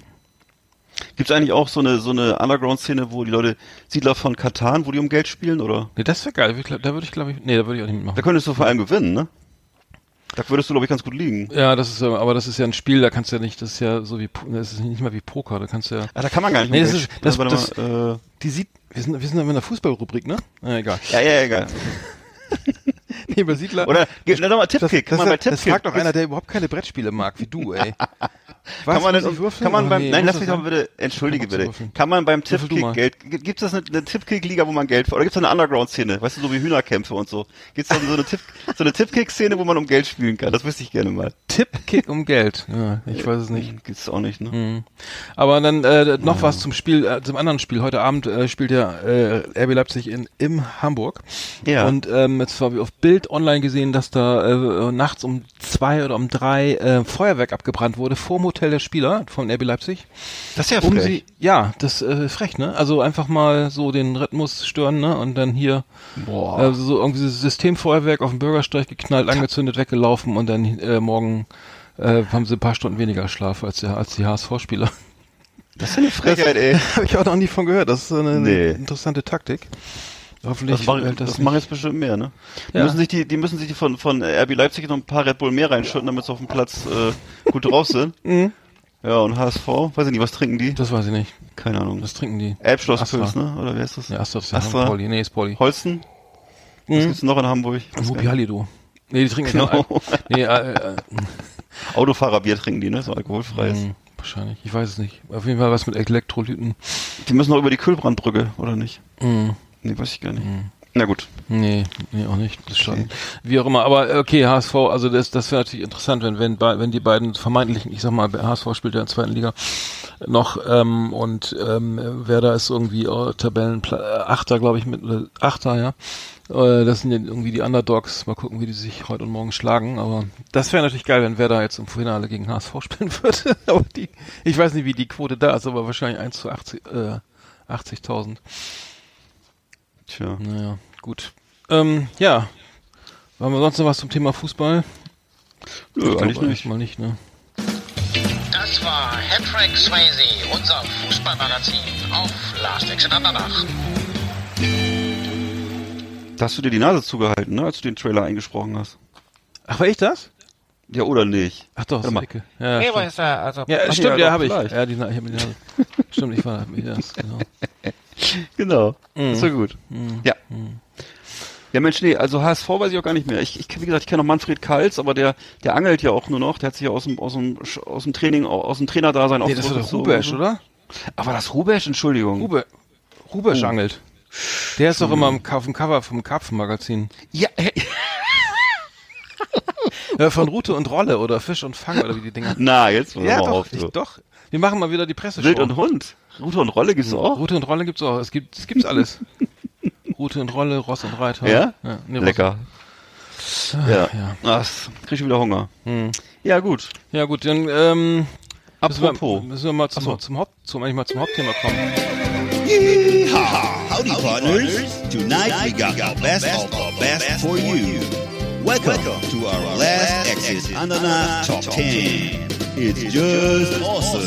gibt's eigentlich auch so eine so eine Underground-Szene, wo die Leute Siedler von Katan, wo die um Geld spielen, oder? nee, das wäre geil. Ich glaub, da würde ich glaube ich nee, da würde ich auch nicht mitmachen. Da könntest du vor allem gewinnen, ne? Da würdest du, glaube ich, ganz gut liegen. Ja, das ist ja, aber das ist ja ein Spiel, da kannst du ja nicht, das ist ja so wie, Po- das ist nicht mal wie Poker, da kannst du ja, Ah, da kann man gar nicht Nee, mit das Geld ist- spielen. das- Warte das- mal, die sieht, wir sind, wir sind in der Fußballrubrik, ne? Na, egal. äh, ja, ja, egal. Nee, bei Siedler. Oder, gib- na, doch mal Tippkick. das, Guck mal, bei das, das Tippkick. fragt doch einer, der überhaupt keine Brettspiele mag, wie du, ey. Was, kann man muss denn, ich würfeln? kann man Oh, beim, nee, nein, muss lass mich das doch mal bitte, entschuldige Ich hab Bock zu bitte, würfeln. kann man beim Würfel du Tippkick mal. Geld, gibt es das eine, eine Tippkick-Liga, wo man Geld, oder gibt es eine Underground-Szene, weißt du, so wie Hühnerkämpfe und so? Gibt es da so eine Tipp, so eine Tippkick-Szene, wo man um Geld spielen kann? Das wüsste ich gerne mal. Tippkick um Geld. Ja, ich weiß es nicht. Gibt's auch nicht, ne? Mhm. Aber dann äh, noch was zum Spiel, äh, zum anderen Spiel. Heute Abend äh, spielt ja äh, R B Leipzig in im Hamburg. Ja. Und ähm, jetzt habe ich auf Bild online gesehen, dass da äh, nachts um zwei oder um drei äh, Feuerwerk abgebrannt wurde vorm Hotel der Spieler von R B Leipzig. Das ist ja Um frech. sie, ja, das äh, frech, ne? Also einfach mal so den Rhythmus stören, ne? Und dann hier Boah. äh, so irgendwie dieses Systemfeuerwerk auf dem Bürgersteig geknallt, angezündet, weggelaufen und dann äh, morgen äh, haben sie ein paar Stunden weniger Schlaf als, der, als die H S V-Spieler. Das ist eine Frechheit, ey. Habe ich auch noch nie von gehört. Das ist eine, Nee. interessante Taktik. Hoffentlich Das machen, fällt das das machen nicht. jetzt bestimmt mehr, ne? Die Ja. müssen sich die, die müssen sich die von, von R B Leipzig noch ein paar Red Bull mehr reinschütten, damit sie auf dem Platz, äh, gut drauf sind. Mhm. Ja, und H S V, weiß ich nicht, was trinken die? Das weiß ich nicht. Keine Ahnung. Was trinken die? Elbschlosspils, Astra. ne? Oder wer ist das? Ja, Astra, ist Astra. ja Pauli. Nee, ist Pauli. Holsten? Was Mhm. gibt's noch in Hamburg? Mopi Hallido. Nee, die trinken Genau. kein Al- Nee, äh, äh, Autofahrerbier trinken die, ne? So alkoholfreies. mh, wahrscheinlich. Ich weiß es nicht. Auf jeden Fall was mit Elektrolyten. Die müssen noch über die Kühlbrandbrücke, oder nicht? Mhm. Nee, weiß ich gar nicht. Na gut. Nee, nee, auch nicht. Das ist schon. Wie auch immer. Aber okay, H S V, also das, das wäre natürlich interessant, wenn, wenn, bei- wenn die beiden vermeintlichen, ich sag mal, H S V spielt ja in der zweiten Liga noch, ähm, und ähm, Werder ist irgendwie äh, Tabellenachter, glaube ich, mit äh, Achter, ja. Äh, das sind ja irgendwie die Underdogs. Mal gucken, wie die sich heute und morgen schlagen. Aber das wäre natürlich geil, wenn Werder jetzt im Finale gegen H S V spielen würde. Aber die, ich weiß nicht, wie die Quote da ist, aber wahrscheinlich eins zu achtzig, äh, achtzigtausend. Tja. Naja, gut. Ähm, ja. Haben wir sonst noch was zum Thema Fußball? Nö, Ich eigentlich glaube nicht. Mal nicht, ne? Das war Hattrick Swayze, unser Fußballmagazin auf Last Exit Andernach. Da hast du dir die Nase zugehalten, ne? Als du den Trailer eingesprochen hast. Ach, war ich das? Ja, oder nicht? Ach doch, Warte so mal. Ecke. Ja, Nee, stimmt. aber ist ja, also, Ja, Ach, stimmt, ja, ja, doch, habe ich. vielleicht. Ja, die, Na- ich hab die Nase. Stimmt, ich war mir das, genau. Genau. Mhm. Das war gut. Ja. Ja, Mensch, nee, also H S V weiß ich auch gar nicht mehr. Ich, ich wie gesagt, ich kenne noch Manfred Kals, aber der, der angelt ja auch nur noch. Der hat sich ja aus dem, aus dem, aus dem Training, aus dem Trainerdasein Nee, das war doch zurückgezogen. Rubesch, oder? Aber war das Rubesch? Entschuldigung. Rube, Rubesch Oh. angelt. Der ist doch immer im, auf dem Cover vom Karpfenmagazin. Ja, äh, Äh, von Rute und Rolle oder Fisch und Fang oder wie die Dinger. na, jetzt mal Ja, mal doch, auf. ich, So. doch. Wir machen mal wieder die Presseshow. Wild und Hund. Rute und Rolle gibt's auch. Rute und Rolle gibt's auch. Es gibt, es gibt's alles. Rute und Rolle, Ross und Reiter. Ja? ja nee, Ross- Lecker. Ja. ja. Ach, das krieg ich wieder Hunger. Hm. Ja, gut. Ja gut, dann ähm, müssen wir, Apropos. müssen wir mal zum, Ach so. zum Haupt, zum eigentlich mal zum Hauptthema kommen. Yeehaw! Howdy, partners. Tonight we got the best of the best for you. Welcome to our last exit Ananas Top ten. It's just awesome.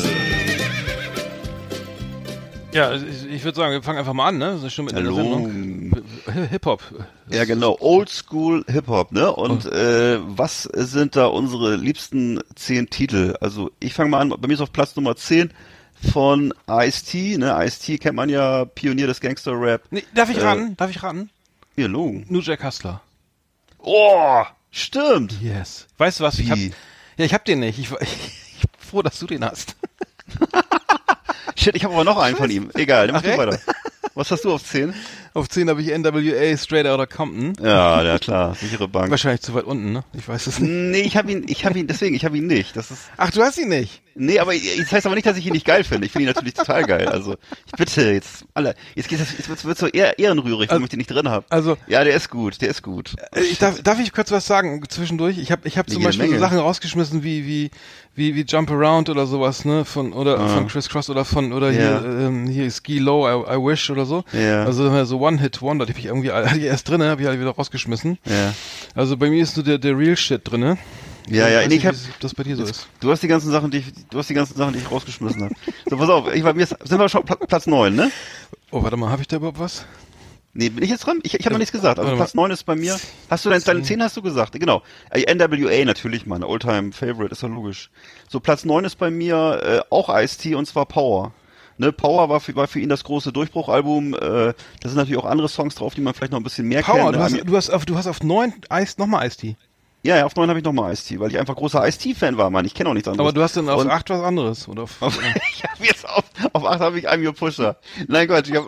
Ja, ich, ich würde sagen, wir fangen einfach mal an, ne? Das ist schon mit einer Hallo. Sendung. Hi- Hip-Hop. Ja, genau. Oldschool Hip-Hop, ne? Und Oh. äh, was sind da unsere liebsten zehn Titel? Also ich fange mal an, bei mir ist auf Platz Nummer zehn von Ice-T, ne? Ice-T kennt man ja, Pionier des Gangster-Rap. Nee, darf ich Äh, raten? Darf ich raten? Hier, Logen. Nur Jack Hustler. Oh, stimmt. Yes. Weißt du was? Ich hab, Wie? ja, ich hab den nicht. Ich, war- ich bin froh, dass du den hast. Shit, ich habe aber noch einen von ihm. Egal, dann mach Ach, du echt? weiter. Was hast du auf zehn? Auf zehn habe ich N W A, Straight Outta Compton. Ja, ja klar, sichere Bank. Wahrscheinlich zu weit unten, ne? Ich weiß es nicht. Nee, ich habe ihn, ich habe ihn, deswegen, ich habe ihn nicht. Das ist, Ach, du hast ihn nicht? nee, aber das heißt aber nicht, dass ich ihn nicht geil finde. Ich finde ihn natürlich total geil. Also, ich bitte jetzt alle, jetzt geht das, jetzt wird's, wird's so eher ehrenrührig, wenn Also- ich den nicht drin habe. Also, Ja, der ist gut, der ist gut. Äh, Ich darf, darf ich kurz was sagen zwischendurch? Ich habe ich hab zum Jede Beispiel so Menge. Sachen rausgeschmissen wie wie wie wie Jump Around oder sowas, ne, von oder Ah. von Criss Cross oder von oder Ja. hier ähm, hier Ski Low, I, I Wish oder so. Ja. Also so One Hit Wonder, die hab ich irgendwie hatte ich erst drinne, habe ich halt wieder rausgeschmissen. Ja, Also bei mir ist nur der der Real Shit drinne. ja, ja. weiß Nee, nicht, ich hab, wie das bei dir so ist. du hast die ganzen Sachen, die ich, du hast die ganzen Sachen, die ich rausgeschmissen habe. So, pass auf, ich bei mir ist, sind wir schon Pla- Platz neun, ne? Oh, warte mal, habe ich da überhaupt was? Nee, bin ich jetzt dran? Ich, ich habe noch nichts gesagt. Also Warte Platz neun ist bei mir. Hast du deine, deine zehn hast du gesagt? Genau. Äh, N W A natürlich, mein Oldtime Favorite, ist ja logisch. So, Platz neun ist bei mir äh, auch Ice-T und zwar Power. Ne, Power war für, war für ihn das große Durchbruchalbum. Äh, da sind natürlich auch andere Songs drauf, die man vielleicht noch ein bisschen mehr Power, kennt. du ne? hast Ami- du hast auf du hast auf neun Eis nochmal Ice-T. Ja, ja, auf neun habe ich nochmal Ice-T, weil ich einfach großer Ice-T-Fan war, Mann. Ich kenne auch nichts anderes. Aber du hast dann auf Und acht was anderes, oder? Auf, auf, ich hab jetzt auf, auf acht habe ich I'm Your Pusher. Nein Gott, ich hab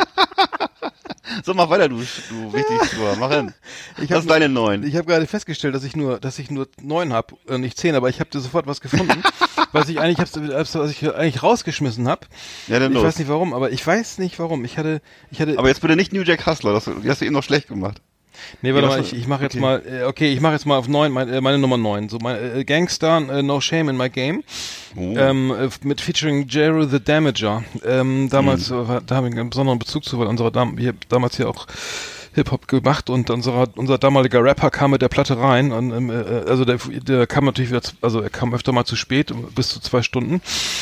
so, mach weiter, du, du Wichtigstuer, mach hin. Ich Das ist deine neun. Ich habe gerade festgestellt, dass ich nur, dass ich nur neun habe, äh, nicht zehn, aber ich habe da sofort was gefunden, was ich eigentlich, hab's, was ich eigentlich rausgeschmissen habe. Ja, dann Ich los. weiß nicht warum, aber ich weiß nicht warum. Ich hatte, ich hatte. Aber jetzt bitte nicht New Jack Hustler, das, die hast du eben noch schlecht gemacht. Nee, warte Ja, mal, was- ich, ich mache jetzt okay. mal, äh, okay, ich mache jetzt mal auf neun, mein, äh, meine Nummer neun. So, mein, äh, Gangster, äh, No Shame in My Game. Oh. Ähm, äh, mit featuring Jero the Damager. Ähm, damals, Mhm. äh, war- da haben wir einen besonderen Bezug zu, weil unsere Dam wir damals hier auch Hip-Hop gemacht und unser, unser damaliger Rapper kam mit der Platte rein und ähm, äh, also der, der kam natürlich wieder, zu, also er kam öfter mal zu spät, bis zu zwei Stunden.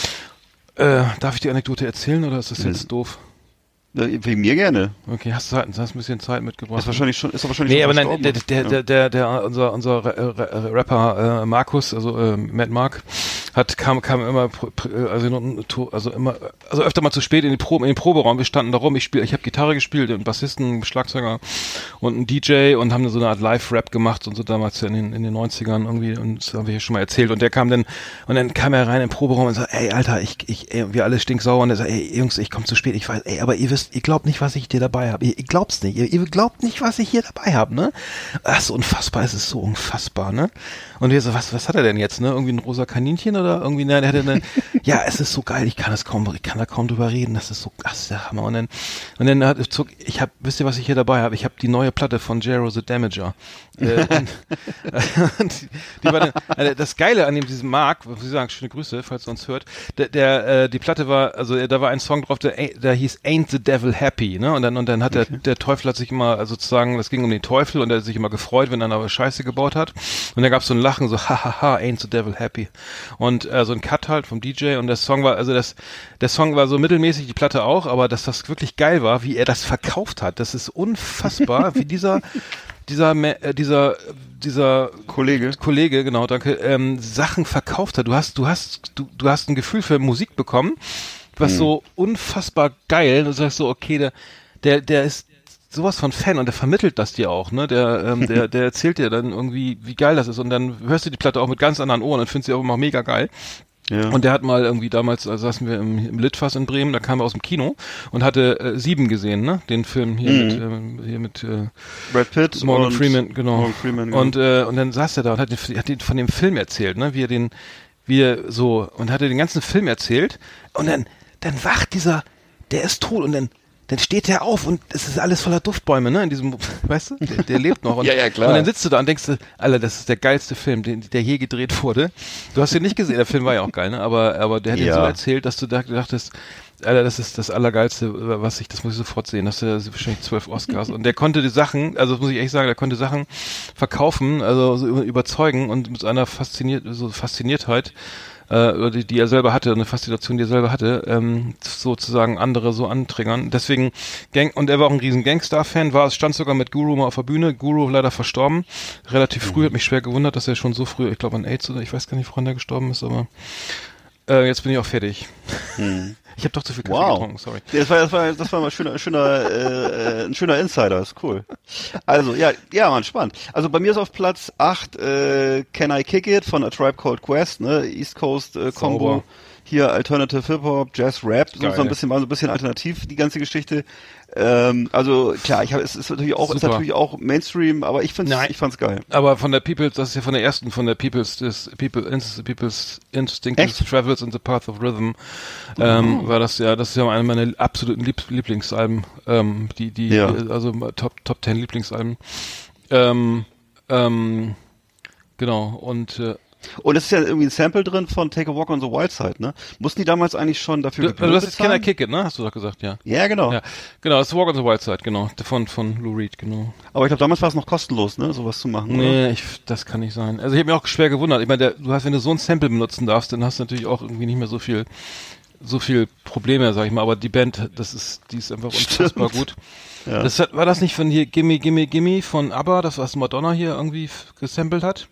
Äh, darf ich die Anekdote erzählen oder ist das jetzt Mhm. doof? Ja, wegen mir gerne. Okay, hast du Zeit, hast ein bisschen Zeit mitgebracht? Ist wahrscheinlich schon, ist er wahrscheinlich Nee, schon aber nein, verstorben. der, der, Ja. der, der, der, unser, unser Ra- Ra- Rapper äh, Markus, also äh, Matt Mark, hat kam kam immer, pr- pr- also nur- to- also immer, also öfter mal zu spät in den Proben, in den Proberaum. Wir standen da rum. Ich spiele, ich habe Gitarre gespielt, einen Bassisten, einen Schlagzeuger und einen D J und haben so eine Art Live-Rap gemacht und so damals in den in den neunzigern irgendwie und das haben wir ja schon mal erzählt. Und der kam dann und dann kam er rein im Proberaum und sagt, ey Alter, ich ich ey, wir alle stinksauer und er sagt, ey Jungs, ich komme zu spät. Ich weiß, ey, aber ihr wisst, ihr glaubt nicht, was ich dir dabei habe. Ihr, ihr glaubt's nicht. Ihr, ihr glaubt nicht, was ich hier dabei habe, ne? Das ist unfassbar, es ist so unfassbar, ne? Und wir so, was, was hat er denn jetzt, ne? Irgendwie ein rosa Kaninchen oder irgendwie, ne? Der hatte eine, ja, es ist so geil, ich kann das kaum, ich kann da kaum drüber reden, das ist so, das ist der Hammer. Und dann, und dann hat, zog, ich hab, wisst ihr, was ich hier dabei habe? Ich habe die neue Platte von Jero the Damager. äh, und, und die, die war dann, also das Geile an dem, diesem Mark, was Sie sagen, schöne Grüße, falls ihr uns hört, der, der äh, die Platte war, also äh, da war ein Song drauf, der, der hieß Ain't the Devil Happy, ne? Und dann, und dann hat der, der Teufel hat sich immer, also sozusagen, das ging um den Teufel und er hat sich immer gefreut, wenn er aber Scheiße gebaut hat. Und dann gab es so ein Lachen, so, hahaha, ain't the devil happy. Und äh, so ein Cut halt vom D J und der Song war, also das, der Song war so mittelmäßig, die Platte auch, aber dass das wirklich geil war, wie er das verkauft hat, das ist unfassbar, wie dieser, dieser, Me- äh, dieser, dieser Kollege. Kollege, genau, danke, ähm, Sachen verkauft hat. Du hast, du hast, du, du hast ein Gefühl für Musik bekommen, was so unfassbar geil. Du sagst so, okay, der, der, der ist sowas von Fan und der vermittelt das dir auch, ne? Der, ähm, der, der erzählt dir dann irgendwie, wie geil das ist und dann hörst du die Platte auch mit ganz anderen Ohren und findest sie auch immer mega geil. Ja. Und der hat mal irgendwie damals, also saßen wir im, im Litfass in Bremen, da kam er aus dem Kino und hatte äh, Sieben gesehen, ne? Den Film hier Mhm. mit, ähm, hier mit äh, Brad Pitt Morgan und Freeman, genau. Morgan Freeman, genau. Und äh, und dann saß er da und hat, den, hat den von dem Film erzählt, ne? Wie er den, wie er so und hat er den ganzen Film erzählt und dann dann wacht dieser, der ist tot und dann dann steht der auf und es ist alles voller Duftbäume, ne? In diesem, weißt du, der, der lebt noch. Und, Ja, ja, klar. Und dann sitzt du da und denkst du, Alter, das ist der geilste Film, den, der je gedreht wurde. Du hast ihn nicht gesehen, der Film war ja auch geil, ne? Aber, aber der hat ihn Ja. so erzählt, dass du da dachtest, Alter, das ist das Allergeilste, was ich, das muss ich sofort sehen. Das sind wahrscheinlich zwölf Oscars. Und der konnte die Sachen, also das muss ich echt sagen, der konnte Sachen verkaufen, also so überzeugen und mit einer fasziniert, so Fasziniertheit, äh, die, die er selber hatte, eine Faszination, die er selber hatte, ähm, sozusagen andere so antriggern. Deswegen, Gang, und er war auch ein riesen Gangstar-Fan, war, stand sogar mit Guru mal auf der Bühne. Guru leider verstorben, relativ früh, hat mich schwer gewundert, dass er schon so früh, ich glaube an AIDS oder ich weiß gar nicht, woran er gestorben ist, aber äh, jetzt bin ich auch fertig. Hm. Ich habe doch zu viel Kaffee Wow. getrunken, sorry. Ja, das war, das war, das war mal ein schöner, schöner, äh, äh, ein schöner Insider, ist cool. Also, ja, ja, man, spannend. Also bei mir ist auf Platz acht äh, Can I Kick It von A Tribe Called Quest, ne, East Coast äh, Combo. Sauber. Hier Alternative Hip-Hop, Jazz Rap, so, Geil. so ein bisschen, war so ein bisschen alternativ, die ganze Geschichte. Ähm, also, klar, ich habe, es ist natürlich auch, ist Super. natürlich auch Mainstream, aber ich find's, Nein. ich fand's geil. Aber von der People's, das ist ja von der ersten, von der People's, das People, Inst- People's Instinctive Echt? Travels in the Path of Rhythm, ähm, war das ja, das ist ja eine meiner absoluten Lieb Lieblingsalben, ähm, die, die, Ja. also Top, Top Ten Lieblingsalben, ähm, ähm, genau, und, äh, Und es ist ja irgendwie ein Sample drin von Take a Walk on the Wild Side, ne? Mussten die damals eigentlich schon dafür du, Gebühren du hast jetzt Can I bezahlen? Kick It, ne? Hast du doch gesagt, ja. Ja, genau. Ja, genau, das ist Walk on the Wild Side, genau, von, von Lou Reed, genau. Aber ich glaube, damals war es noch kostenlos, ne, sowas zu machen, oder? Nee, ich, das kann nicht sein. Also ich habe mir auch schwer gewundert. Ich meine, der, du hast, wenn du so ein Sample benutzen darfst, dann hast du natürlich auch irgendwie nicht mehr so viel, so viel Probleme, sag ich mal. Aber die Band, das ist, die ist einfach unfassbar Stimmt. gut. Ja. Das hat, war das nicht von hier Gimme Gimme Gimme von ABBA, das was Madonna hier irgendwie f- gesampelt hat?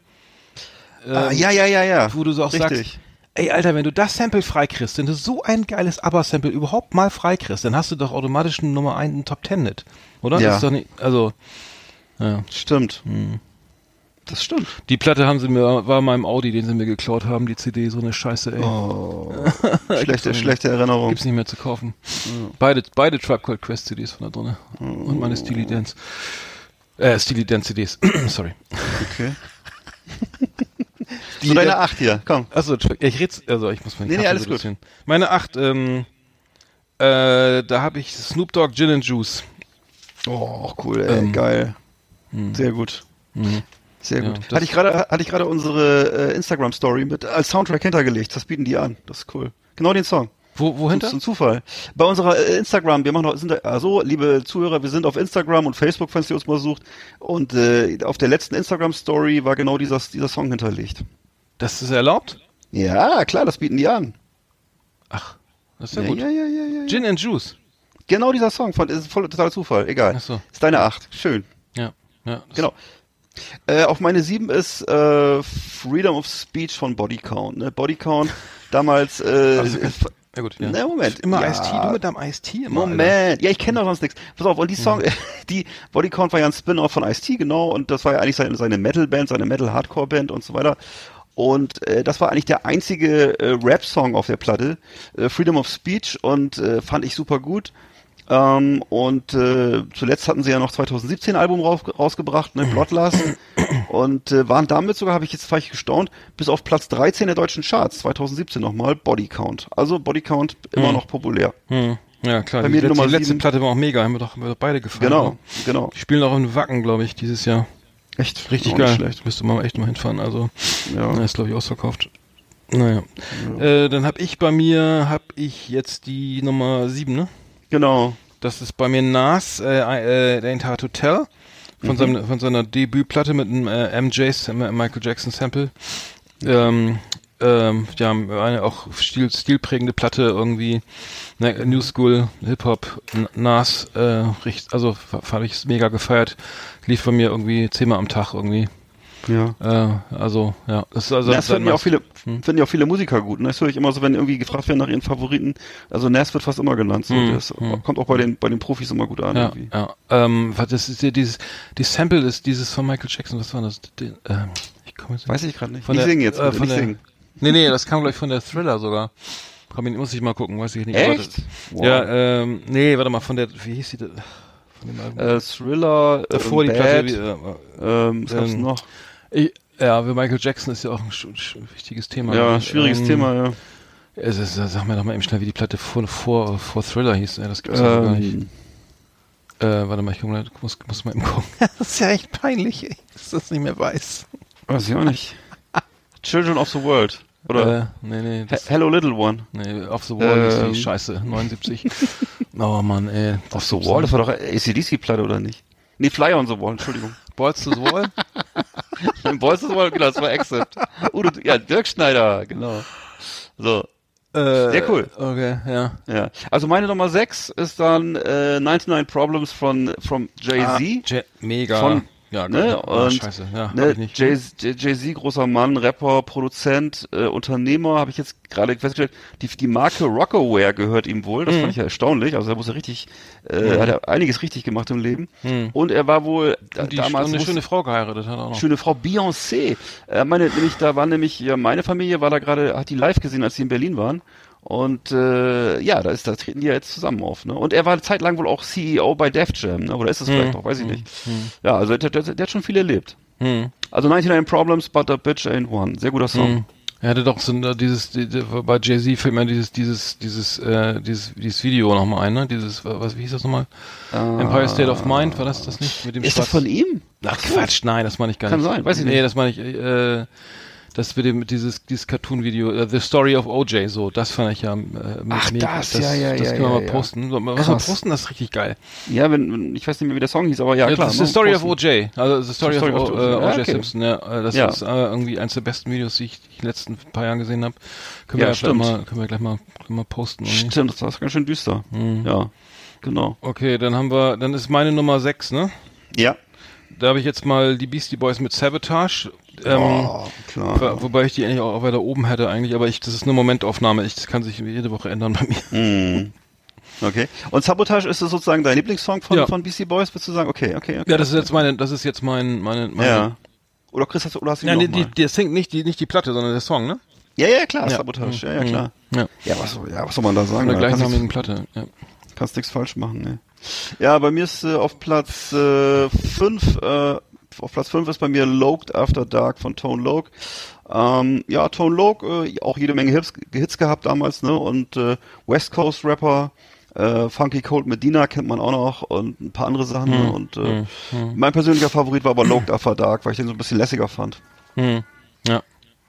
Ah, Ähm, ja, ja, ja, ja. Wo du so auch Richtig. sagst, ey Alter, wenn du das Sample freikriegst, wenn du so ein geiles ABBA-Sample überhaupt mal freikriegst, dann hast du doch automatisch einen Nummer einen Top Ten Hit, oder? Ja. Das ist doch nicht, also, ja. Stimmt. Das stimmt. Die Platte haben sie mir, war in meinem Audi, den sie mir geklaut haben, die C D, so eine Scheiße, ey. Oh. schlechte, schlechte Erinnerung. Gibt's nicht mehr zu kaufen. Ja. Beide, beide Tribe Called Quest C Ds von da drin. Oh. Und meine Steely Dance. Äh, Steely Dance C Ds. Sorry. Okay. Die, so deine äh, acht hier, komm. Achso, ich red's, also ich muss meine Nee, nee, Kaffee alles reduzieren. Meine acht, ähm, äh, da habe ich Snoop Dogg Gin and Juice. Oh, cool, ey, Ähm, geil. Hm. Sehr gut. Mhm. Sehr gut. Ja, das- hatte ich gerade, hatte ich gerade unsere äh, Instagram-Story mit als Soundtrack hintergelegt. Das bieten die an. Das ist cool. Genau den Song. Wo, wohinter? Das ist ein Zufall. Bei unserer äh, Instagram, wir machen noch, sind da, also, liebe Zuhörer, wir sind auf Instagram und Facebook, falls ihr uns mal sucht. Und äh, auf der letzten Instagram-Story war genau dieser, dieser Song hinterlegt. Das ist erlaubt? Ja, klar, das bieten die an. Ach, das ist ja, Ja, gut. ja, ja, ja, ja. Gin and Juice. Genau dieser Song, von, ist voll totaler Zufall. Egal. Ach so. Ist deine acht. Schön. Ja, ja. das- Genau. Äh, auf meine sieben ist äh, Freedom of Speech von Body Count. Ne? Body Count damals. Äh, Ach, so, ja gut, ja. Na, Moment. Immer Ja. Ice-T, du mit deinem Ice-T immer. Moment. Alter. Ja, ich kenne doch sonst nichts. Pass auf, und die Song, die Body Count war ja ein Spin-off von Ice-T, genau, und das war ja eigentlich seine, seine Metal-Band, seine Metal-Hardcore-Band und so weiter. Und äh, das war eigentlich der einzige äh, Rap-Song auf der Platte, äh, Freedom of Speech, und äh, fand ich super gut. Ähm, und äh, zuletzt hatten sie ja noch zwanzig siebzehn ein Album raus, rausgebracht, ne, Bloodlust, und äh, waren damit sogar, habe ich jetzt falsch gestaunt, bis auf Platz dreizehn der deutschen Charts, zwanzig siebzehn nochmal, Body Count. Also Body Count immer Hm. noch populär. Hm. Ja, klar. Bei die mir die letzte, Nummer die letzte sieben. Platte war auch mega, haben wir doch, haben wir doch beide gefallen. Genau, ne? genau. Die spielen auch in Wacken, glaube ich, dieses Jahr. Echt? Richtig Auch geil. nicht schlecht. Müsste man echt mal hinfahren. Also, Ja. na, ist glaube ich ausverkauft. Naja. Äh, dann habe ich bei mir, habe ich jetzt die Nummer sieben, ne? Genau. Das ist bei mir Nas, äh, äh, Ain't Hard to Tell, von, Mhm. seinem, von seiner Debütplatte mit einem äh, M J, Sam- äh, Michael Jackson Sample. Ähm, ähm, ja, eine auch stil, stilprägende Platte irgendwie, ne, New School, Hip-Hop, N- Nas, äh, richt, also habe ich mega gefeiert, lief bei mir irgendwie zehnmal am Tag irgendwie. Ja. Äh, also, ja, das ist also Nas finden ja auch viele, Hm. finden ja auch viele Musiker gut. Ne? Das höre ich immer so, wenn irgendwie gefragt werden nach ihren Favoriten. Also Nas wird fast immer genannt. So. Hm, Das hm. kommt auch bei den, bei den Profis immer gut an. Ja, Irgendwie. ja. Ähm, was das ist ja dieses, die Sample ist dieses von Michael Jackson, was war das? Den, ähm, ich komme jetzt Weiß ich gerade nicht. Von Nicht der- singen jetzt, äh, bitte, von nicht der- singen. Nee, nee, das kam gleich von der Thriller sogar. Komm, muss ich mal gucken, weiß ich nicht. Echt? Warte. Wow. Ja, ähm, nee, warte mal, von der, wie hieß die da? Von dem Album? Äh, Thriller, Davor ähm, die Bad, Platte, wie, äh, ähm, was gab's ähm, noch? ich, ja, wie Michael Jackson ist ja auch ein sch sch wichtiges Thema. Ja, schwieriges ähm, Thema, ja. Es ist, sag mir doch mal eben schnell, wie die Platte vor, vor, vor Thriller hieß. Ja, das gibt's ja gar nicht. Ähm, Äh, warte mal, ich guck mal, muss, muss mal eben gucken. Das ist ja echt peinlich, ey, dass ich das nicht mehr weiß. weiß ich auch nicht. Children of the World. Oder Äh, nee, nee. He- Das, Hello Little One. nee, Off the Wall ist Ähm. die Scheiße, neunundsiebzig. Oh Mann, ey. Off the Wall, das war doch A C D C-Platte, oder nicht? Nee, Fly on the Wall, Entschuldigung. Balls to the Wall? Boys of the Wall, genau, das war Accept. Udo, ja, Dirk Schneider, genau. So, Äh, Sehr cool. Okay, ja. ja. Also meine Nummer sechs ist dann äh, neunundneunzig Problems von from Jay-Z. Ah, mega. Von- ja, ne, geil. Oh, und, scheiße. Ja, Ne, hab ich nicht. Jay- Jay-Z, großer Mann, Rapper, Produzent, äh, Unternehmer, habe ich jetzt gerade festgestellt. Die, die Marke Rockaware gehört ihm wohl. Das Mhm. fand ich ja erstaunlich. Also er muss ja richtig, äh, hat er einiges richtig gemacht im Leben. Mhm. Und er war wohl da, Und die damals eine wusste- schöne Frau geheiratet hat auch noch. schöne Frau Beyoncé. Äh, meine, nämlich da war nämlich ja meine Familie war da gerade, hat die live gesehen, als sie in Berlin waren. Und äh, ja, da ist, da treten die ja jetzt zusammen auf. Ne? Und er war eine Zeit lang wohl auch C E O bei Def Jam, ne? Oder ist es Hm, vielleicht noch, weiß ich nicht. Ja, also der, der, der hat schon viel erlebt. Hm. Also neunundneunzig Problems, but a bitch ain't one. Sehr guter Song. Hm. Er hatte doch so ein, dieses, die, die, bei Jay-Z fällt mir dieses, dieses, dieses, äh, dieses, dieses Video nochmal ein, ne? Dieses, was, wie hieß das nochmal? Empire State of Mind, war das das nicht? Mit dem Ist das Schwarz- von ihm? Ach Quatsch, nein, das meine ich gar Kann nicht. sein, weiß ich Nee, nicht. das meine ich, äh, das mit dem, dieses, dieses Cartoon-Video, uh, The Story of O J, so, das fand ich ja, äh, Ach, das, ja, ja, das ja, können wir ja, mal ja. posten. So, was wir Krass. posten, das ist richtig geil. Ja, wenn, wenn ich weiß nicht mehr, wie der Song hieß, aber ja, Ja, klar. das ist ne? The Story Posten. of O J, also The Story, Story of, of O- O J. äh, O J Ja, okay. Simpson, ja, äh, das Ja. ist äh, irgendwie eins der besten Videos, die ich die ich in den letzten paar Jahren gesehen habe. Können Ja, wir ja gleich stimmt. mal, können wir gleich mal, gleich mal posten. irgendwie. Stimmt, das war ganz schön düster. Mhm. Ja, genau. Okay, dann haben wir, dann ist meine Nummer sechs, ne? Ja. Da habe ich jetzt mal die Beastie Boys mit Sabotage. Ähm, Oh, klar. Wo- Wobei ich die eigentlich auch weiter oben hätte eigentlich, aber ich, das ist eine Momentaufnahme. Ich, das kann sich jede Woche ändern bei mir. Mhm. Okay. Und Sabotage ist das sozusagen dein Lieblingssong von, Ja. von Beastie Boys, würdest du sagen? Okay, okay, okay. Ja, das ist jetzt meine, das ist jetzt mein, meine, meine Ja. Oder Chris, hast du, oder hast du Ja, die nee, noch die, mal? die singt nicht die, nicht die Platte, sondern der Song, ne? Ja, ja, klar, Ja. Sabotage, ja, ja, Mhm. klar. Ja. Ja, was, soll- ja, was soll man da sagen? Von der Da kannst gleichnamigen nix- Platte, ja. Kannst nichts falsch machen, ne. Ja, bei mir ist äh, auf Platz äh, fünf, äh, auf Platz fünf ist bei mir Loked After Dark von Tone Loc. Ähm, ja, Tone Loc, äh, auch jede Menge Hits, Hits gehabt damals, ne, und äh, West Coast Rapper, äh, Funky Cold Medina kennt man auch noch und ein paar andere Sachen, ne, und äh, mein persönlicher Favorit war aber Loked After Dark, weil ich den so ein bisschen lässiger fand. Hm. Ja.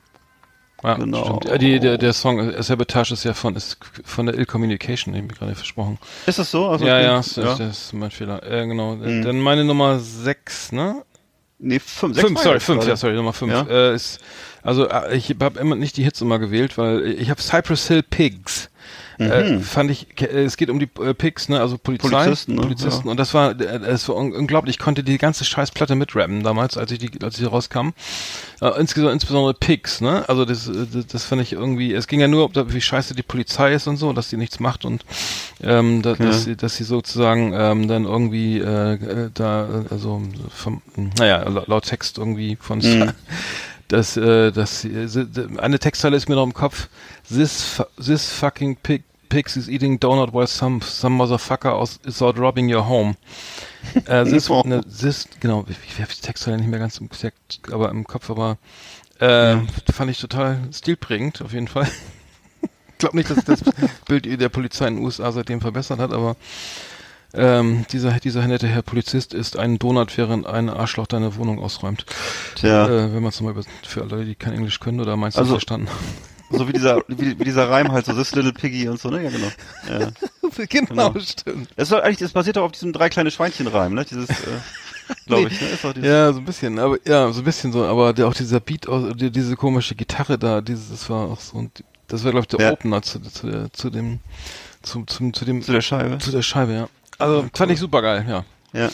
Ja, Genau. stimmt. Äh, Die, der, der Song äh, Sabotage ist ja von, ist von der Ill Communication, den ich gerade versprochen. Ist das so? Also, ja, okay. ja, das, ja. das ist mein Fehler. Äh, genau. Mhm. Dann meine Nummer sechs, ne? Nee, fünf, sechs Fünf, war sorry, jetzt fünf, gerade. ja, sorry, Nummer fünf. Ja? Äh, ist, also äh, ich habe immer nicht die Hits immer gewählt, weil ich habe Cypress Hill Pigs. Äh, fand ich, äh, es geht um die äh, Pigs, ne, also Polizei, Polizisten, ne? Polizisten, Ja. und das war, äh, das war un unglaublich. Ich konnte die ganze Scheißplatte mitrappen damals, als ich die, als ich rauskam. Äh, insgesamt, insbesondere Pigs, ne, also das, das, das fand ich irgendwie. Es ging ja nur, ob wie scheiße die Polizei ist und so, dass die nichts macht und ähm, da, Okay. dass sie, dass sie sozusagen ähm, dann irgendwie äh, äh, da, also vom, naja, laut Text irgendwie von Mhm. dass äh, dass äh, eine Textzeile ist mir noch im Kopf. This fu- this fucking pig pigs is eating donut while some some motherfucker aus, is out robbing your home. Äh, this, Oh. ne, this genau, ich, ich habe die Textzeile nicht mehr ganz im, aber im Kopf, aber äh, fand ich total stilprägend auf jeden Fall. Ich glaube nicht, dass das Bild der Polizei in den U S A seitdem verbessert hat, aber ähm, dieser dieser nette Herr Polizist ist ein Donut, während ein Arschloch deine Wohnung ausräumt. Tja. Äh, wenn man es mal über, für alle, die kein Englisch können, oder meinst du Also- verstanden? So wie dieser, wie, wie dieser Reim halt, so This Little Piggy und so, ne? Ja, genau. Ja. genau, Genau. stimmt. Es war eigentlich, es basiert doch auf diesem drei kleine Schweinchen-Reim, ne? Dieses, äh, glaube ich, ne? Ist doch dieses, Ja, so ein bisschen, aber ja, so ein bisschen so, aber der, auch dieser Beat, aus- die, diese komische Gitarre da, dieses, das war auch so, und das war glaube ich der Ja. Opener zu, zu, der, zu dem, zu, zum, zu dem, zu der Scheibe. zu der Scheibe, ja. Also fand ich super geil, ja. Ja.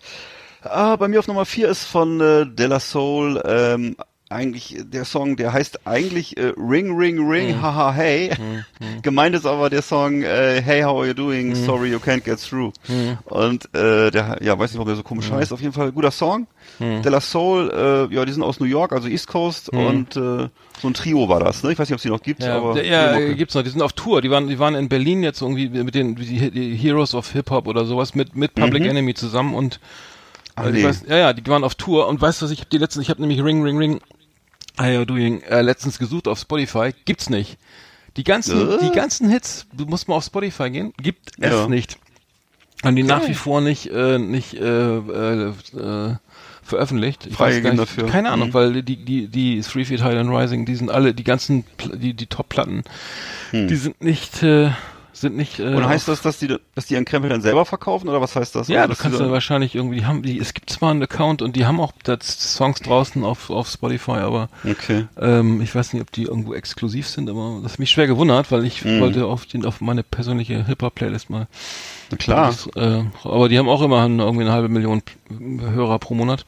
Ah, bei mir auf Nummer vier ist von äh, De La Soul, ähm, eigentlich der Song, der heißt eigentlich äh, Ring Ring Ring, Mhm. haha hey. Gemeint ist aber der Song äh, Hey, how are you doing? Mhm. Sorry you can't get through. Und äh, der, ja, weiß nicht, warum der so komisch heißt. Auf jeden Fall guter Song. Mhm. De La Soul, äh, ja, die sind aus New York, also East Coast, und äh, so ein Trio war das. Ne? Ich weiß nicht, ob es die noch gibt, Ja, aber der, ja, okay. äh, gibt's noch. Die sind auf Tour. Die waren, die waren in Berlin jetzt irgendwie mit den die, die Heroes of Hip Hop oder sowas mit mit Public Enemy zusammen und Ach, äh, nee. ich weiß, ja, ja, die waren auf Tour und weißt du was? Ich habe die letzten, ich habe nämlich Ring Ring Ring, How you doing, äh, letztens gesucht auf Spotify. Gibt's nicht. Die ganzen, Äh? die ganzen Hits, du musst mal auf Spotify gehen, gibt es Ja. nicht. Haben die nach Okay. wie vor nicht, äh, nicht äh, äh, äh, veröffentlicht. Ich weiß Freigegeben gar nicht, dafür. Keine Ahnung, Mhm. weil die, die, die Three Feet High and Rising, die sind alle, die ganzen, Pl- die, die Top-Platten, die sind nicht, äh, sind nicht, äh, Hm. Und heißt auf- das, dass die, dass die ihren Krempel dann selber verkaufen, oder was heißt das? ja, Oder du dass die kannst dann- dann wahrscheinlich irgendwie, die haben, die, es gibt zwar einen Account und die haben auch das Songs draußen auf, auf Spotify, aber Okay. ähm, ich weiß nicht, ob die irgendwo exklusiv sind, aber das hat mich schwer gewundert, weil ich Mhm. wollte auf den, auf meine persönliche Hip-Hop-Playlist mal. Na klar. Das, äh, aber die haben auch immer eine, irgendwie eine halbe Million Hörer pro Monat.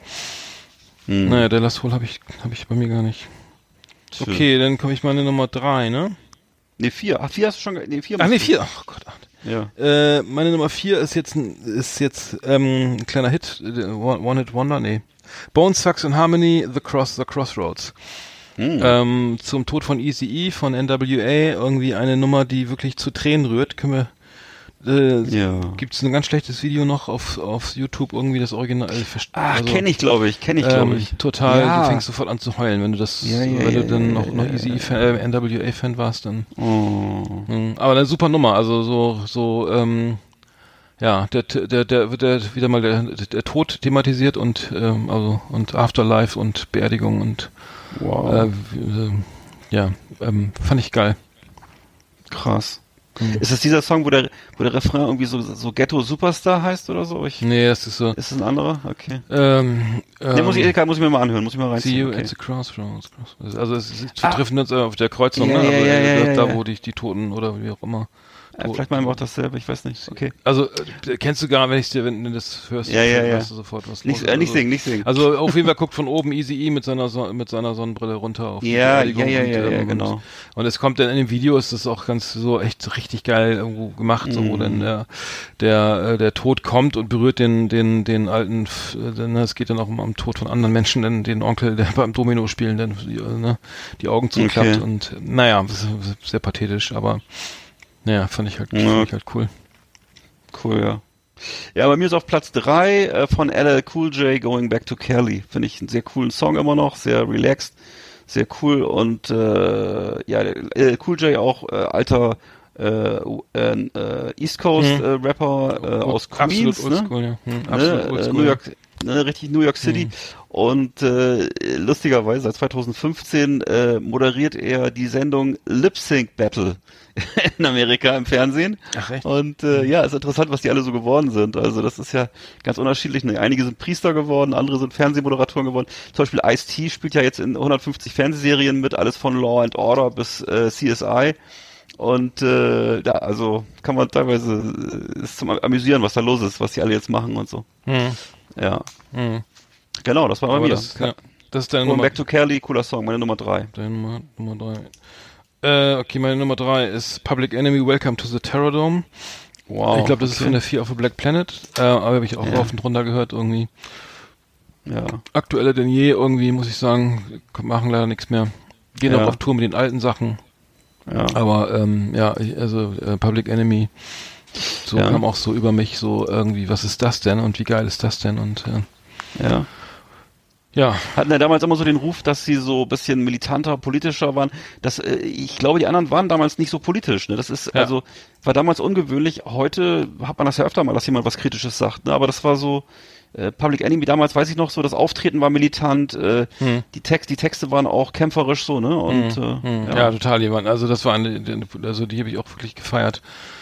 Mhm. Naja, der Last Hole habe ich, habe ich bei mir gar nicht. Tja. Okay, dann komme ich meine Nummer drei, ne? Nee, vier. Ach, vier hast du schon, ge- nee, vier. Ach nee, musst du- vier. Oh Gott. Ja. Äh, meine Nummer vier ist jetzt ein, ist jetzt ähm, ein kleiner Hit, äh, One One Hit Wonder, nee. Bone Thugs and Harmony, The Cross, The Crossroads. Hm. Ähm, zum Tod von Eazy-E von N W A, irgendwie eine Nummer, die wirklich zu Tränen rührt. Können wir, äh, Ja. gibt's ein ganz schlechtes Video noch auf, auf YouTube, irgendwie das Original. Äh, verst- Ach, also, kenne ich, glaube ich, kenne ich, glaube ähm, ich. Total, Ja. du fängst sofort an zu heulen, wenn du das, Ja, ja, wenn du ja, dann ja, noch, ja, noch ja, Eazy-E-Fan, äh, N W A-Fan warst, dann. Oh. Mhm. Aber eine super Nummer, also so, so, ähm, ja, der, der, der wird der, wieder mal der, der Tod thematisiert und, ähm, also, und Afterlife und Beerdigung und, Wow. äh, äh, ja, ähm, fand ich geil. Krass. Ist das dieser Song, wo der, wo der Refrain irgendwie so, so Ghetto Superstar heißt oder so? Ich, Nee, das ist so, Ist das ein anderer? Okay. ähm, Nee, muss ich, ähm, muss ich mir mal anhören, muss ich mal See reinziehen. you Okay. at the crossroads. crossroads. Also es ist, wir Ah. treffen uns auf der Kreuzung, Ja, ne? ja, Also ja, äh, ja, da, ja, da ja. wo die, die Toten oder wie auch immer Äh, vielleicht meinen wir auch dasselbe, ich weiß nicht. Okay. Also äh, kennst du gar, wenn ich dir, wenn du das hörst, Ja, ja, ja. weißt du sofort was Nicht, los ist. äh, nicht Also- singen, nicht singen. Also auf jeden Fall guckt von oben Eazy-E mit seiner Son- mit seiner Sonnenbrille runter auf die Ja, Beerdigung ja, ja, und, ja, ja, ähm, genau. Und, und es kommt dann in dem Video, ist das auch ganz so echt richtig geil irgendwo gemacht, so, wo Mhm. dann der der äh, der Tod kommt und berührt den den den alten, f- äh, denn es geht dann auch um am Tod von anderen Menschen, denn den Onkel, der beim Domino spielen, dann die, äh, ne, die Augen zuklappt Okay. und naja, das ist sehr pathetisch, aber naja, fand ich halt, Ja. fand ich halt cool. Cool, ja. Ja, bei mir ist auf Platz drei äh, von L L Cool J Going Back to Cali. Finde ich einen sehr coolen Song immer noch, sehr relaxed, sehr cool und äh, ja, L L Cool J auch äh, alter äh, äh, äh, East Coast Mhm. äh, Rapper äh, aus Queens, Absolut ne? oldschool, ja. Hm, ne? absolut äh, oldschool, New ja. York, ne, richtig New York City. Mhm. Und äh, lustigerweise seit zweitausendfünfzehn äh, moderiert er die Sendung Lip Sync Battle in Amerika im Fernsehen. Ach, echt? Und äh, ja, ist interessant, was die alle so geworden sind. Also das ist ja ganz unterschiedlich. Ne? Einige sind Priester geworden, andere sind Fernsehmoderatoren geworden. Zum Beispiel Ice-T spielt ja jetzt in hundertfünfzig Fernsehserien mit, alles von Law and Order bis äh, C S I. Und äh, ja, also kann man teilweise äh, ist zum Amüsieren, was da los ist, was die alle jetzt machen und so. Hm. Ja, Hm. genau, das war bei Aber mir. das, ja, das ist deine Going Nummer, Back to Cali, cooler Song, meine Nummer drei. deine Nummer, Nummer drei. Äh, okay, meine Nummer drei ist Public Enemy, Welcome to the Terror Dome. Wow. ich glaube, das ist okay. von der Fear of a Black Planet, äh, aber habe ich auch Ja. rauf und runter gehört irgendwie. Ja. Aktueller denn je irgendwie, muss ich sagen, machen leider nichts mehr. Gehen Ja. auch auf Tour mit den alten Sachen, Ja. aber ähm, ja, ich, also äh, Public Enemy, so Ja. kam auch so über mich so irgendwie, was ist das denn und wie geil ist das denn und äh, Ja. ja, Hatten ja damals immer so den Ruf, dass sie so ein bisschen militanter, politischer waren. Das, äh, ich glaube, die anderen waren damals nicht so politisch. Ne? Das ist Ja. also war damals ungewöhnlich. Heute hat man das ja öfter mal, dass jemand was Kritisches sagt. Ne? Aber das war so äh, Public Enemy. Damals weiß ich noch so, das Auftreten war militant. Äh, Hm. die Text, die Texte waren auch kämpferisch so. Ne? Und Hm, äh, hm. ja. Ja. total jemand. Also das war eine, die- also die habe ich auch wirklich gefeiert.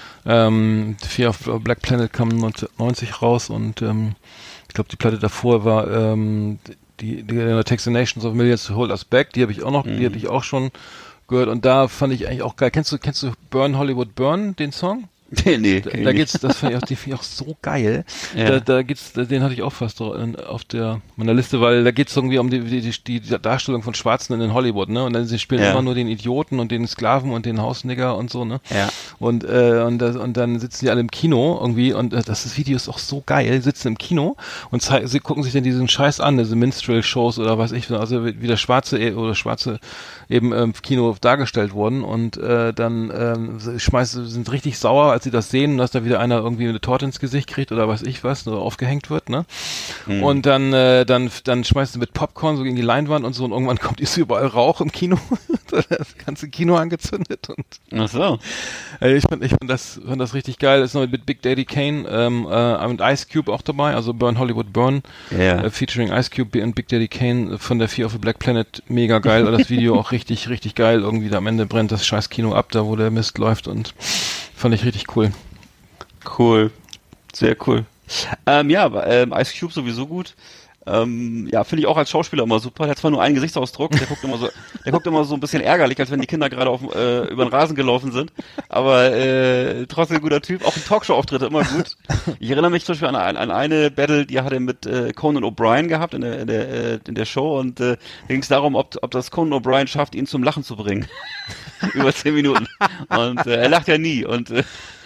Ähm, Fear of Black Planet kam neunzehnhundertneunzig raus und ähm, ich glaube die Platte davor war ähm, die, die die Textinations of Millions to Hold Us Back. Die habe ich auch noch, Mhm. die habe ich auch schon gehört und da fand ich eigentlich auch geil. Kennst du, kennst du Burn Hollywood Burn, den Song? nee, nee, Da, kenn ich da nicht. geht's, das fand ich auch, die finde ich auch so geil. Ja. Da, da geht's, den hatte ich auch fast dra- in- auf der meiner Liste, weil da geht's irgendwie um die, die, die, die Darstellung von Schwarzen in Hollywood, ne? Und dann sie spielen Ja. immer nur den Idioten und den Sklaven und den Hausnigger und so, ne? Ja. Und äh, und, das, und dann sitzen die alle im Kino irgendwie und äh, das Video ist auch so geil. Die sitzen im Kino und zei- sie gucken sich dann diesen Scheiß an, diese Minstrel-Shows oder was ich, also wie der Schwarze e- oder Schwarze eben im Kino dargestellt wurden und äh, dann ähm, sie schmeißen, sind richtig sauer, als sie das sehen, dass da wieder einer irgendwie eine Torte ins Gesicht kriegt oder weiß ich was, oder aufgehängt wird, ne? Mhm. Und dann äh, dann dann schmeißen sie mit Popcorn so gegen die Leinwand und so und irgendwann kommt ist überall Rauch im Kino, das ganze Kino angezündet und Ach so. äh, ich fand ich fand das fand das richtig geil. Ist noch mit Big Daddy Kane ähm, äh, und Ice Cube auch dabei, also Burn Hollywood Burn, Ja. äh, featuring Ice Cube und Big Daddy Kane von der Fear of the Black Planet, mega geil. Das Video auch richtig, richtig geil. Irgendwie da am Ende brennt das scheiß Kino ab, da wo der Mist läuft und fand ich richtig cool. Cool. Sehr cool. Ähm, ja, aber, ähm, Ice Cube sowieso gut. Ähm, ja, finde ich auch als Schauspieler immer super. Der hat zwar nur einen Gesichtsausdruck, der guckt immer so, der guckt immer so ein bisschen ärgerlich, als wenn die Kinder gerade auf, äh, über den Rasen gelaufen sind. Aber äh, trotzdem ein guter Typ. Auch in Talkshow-Auftritte immer gut. Ich erinnere mich zum Beispiel an, an, an eine Battle, die hat er mit äh, Conan O'Brien gehabt in der, in der, äh, in der Show und äh, da ging es darum, ob, ob das Conan O'Brien schafft, ihn zum Lachen zu bringen. Über zehn Minuten. Und äh, er lacht ja nie und äh,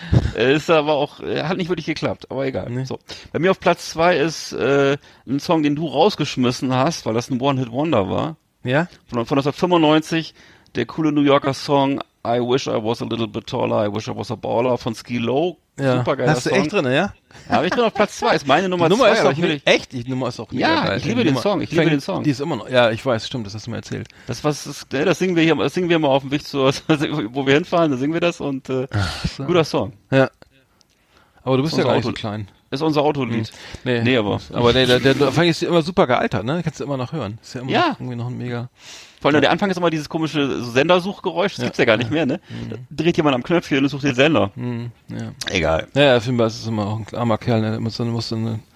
ist aber auch, äh, hat nicht wirklich geklappt, aber egal. Nee. So. Bei mir auf Platz zwei ist äh, ein Song, den du rausgeschmissen hast, weil das ein One-Hit-Wonder war. Ja? Von, von neunzehnhundertfünfundneunzig, der coole New Yorker Song I Wish I Was a Little Bit Taller, I Wish I Was a Baller von Ski Low. Ja. Super geiler Hast du Song. echt drin, ja? Habe ich drin auf Platz zwei, ist meine Nummer, Die Nummer zwei. ist aber auch ich will, echt, die Nummer ist auch mega Ja, geil. ich liebe Die den Nummer Song, ich liebe fängt- den Song. Die ist immer noch, ja, ich weiß, stimmt, das hast du mir erzählt. das was ist, ne, das singen wir hier, das singen wir mal auf dem Weg zur, wo wir hinfahren, da singen wir das und äh, so. guter Song. Ja. Aber du bist ja Unser gar nicht so Auto- klein. Ist unser Autolied. Nee, Nee, aber- aber der, der, der, der Anfang ist ja immer super gealtert, ne? Kannst du immer noch hören. Ist ja immer Ja. noch irgendwie noch ein mega. Vor allem der Anfang ist immer dieses komische Sendersuchgeräusch, das Ja. gibt's ja gar nicht mehr, ne? Da dreht jemand am Knöpfchen und sucht den Sender. Hm, ja. Egal. Ja, ja, Finbar ist immer auch ein armer Kerl, ne? Der muss dann, muss dann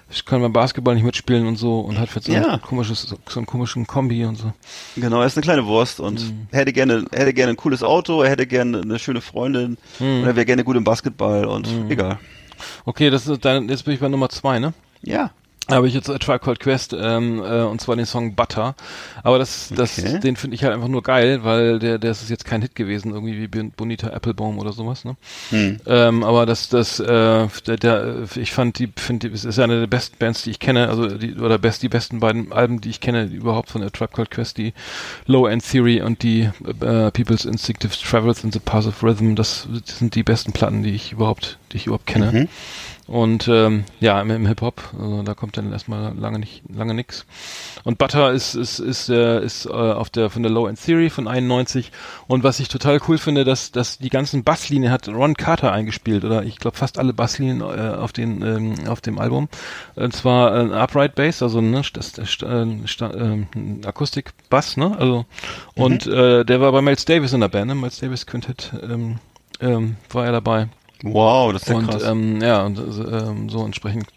ich kann beim Basketball nicht mitspielen und so und hat jetzt so, Ja. ein komisches, so, so einen komischen Kombi und so. Genau, er ist eine kleine Wurst und Mhm. hätte gerne, hätte gerne ein cooles Auto, er hätte gerne eine schöne Freundin, Mhm. und er wäre gerne gut im Basketball und egal. Okay, das ist dann, jetzt bin ich bei Nummer zwei, ne? Ja. Da habe ich jetzt A Tribe Called Quest, ähm, äh, und zwar den Song Butter. Aber das, das, Okay. den finde ich halt einfach nur geil, weil der, der ist jetzt kein Hit gewesen, irgendwie wie Bon- Bonita Applebaum oder sowas, ne? Hm. Ähm, aber das, das, äh, der, der, ich fand die, finde, es ist eine der besten Bands, die ich kenne, also die, oder best, die besten beiden Alben, die ich kenne, die überhaupt von A Tribe Called Quest, die Low End Theory und die äh, People's Instinctive Travels in the Path of Rhythm, das sind die besten Platten, die ich überhaupt, die ich überhaupt kenne. Mhm. Und ähm, ja, im, im Hip-Hop, also da kommt dann erstmal lange nicht, lange nix. Und Butter ist ist ist äh, ist äh, auf der von der Low End Theory von einundneunzig. Und was ich total cool finde, dass dass die ganzen Basslinien hat Ron Carter eingespielt, oder ich glaube fast alle Basslinien äh, auf den ähm, auf dem Album. Und zwar ein Upright Bass, also ne, das, das äh, Sta- äh, Akustik-Bass, ne? Also und äh, der war bei Miles Davis in der Band, ne? Miles Davis Quintett ähm, ähm, war er dabei. Wow, das ist ja Und krass. ähm, ja, und äh, ähm, so entsprechend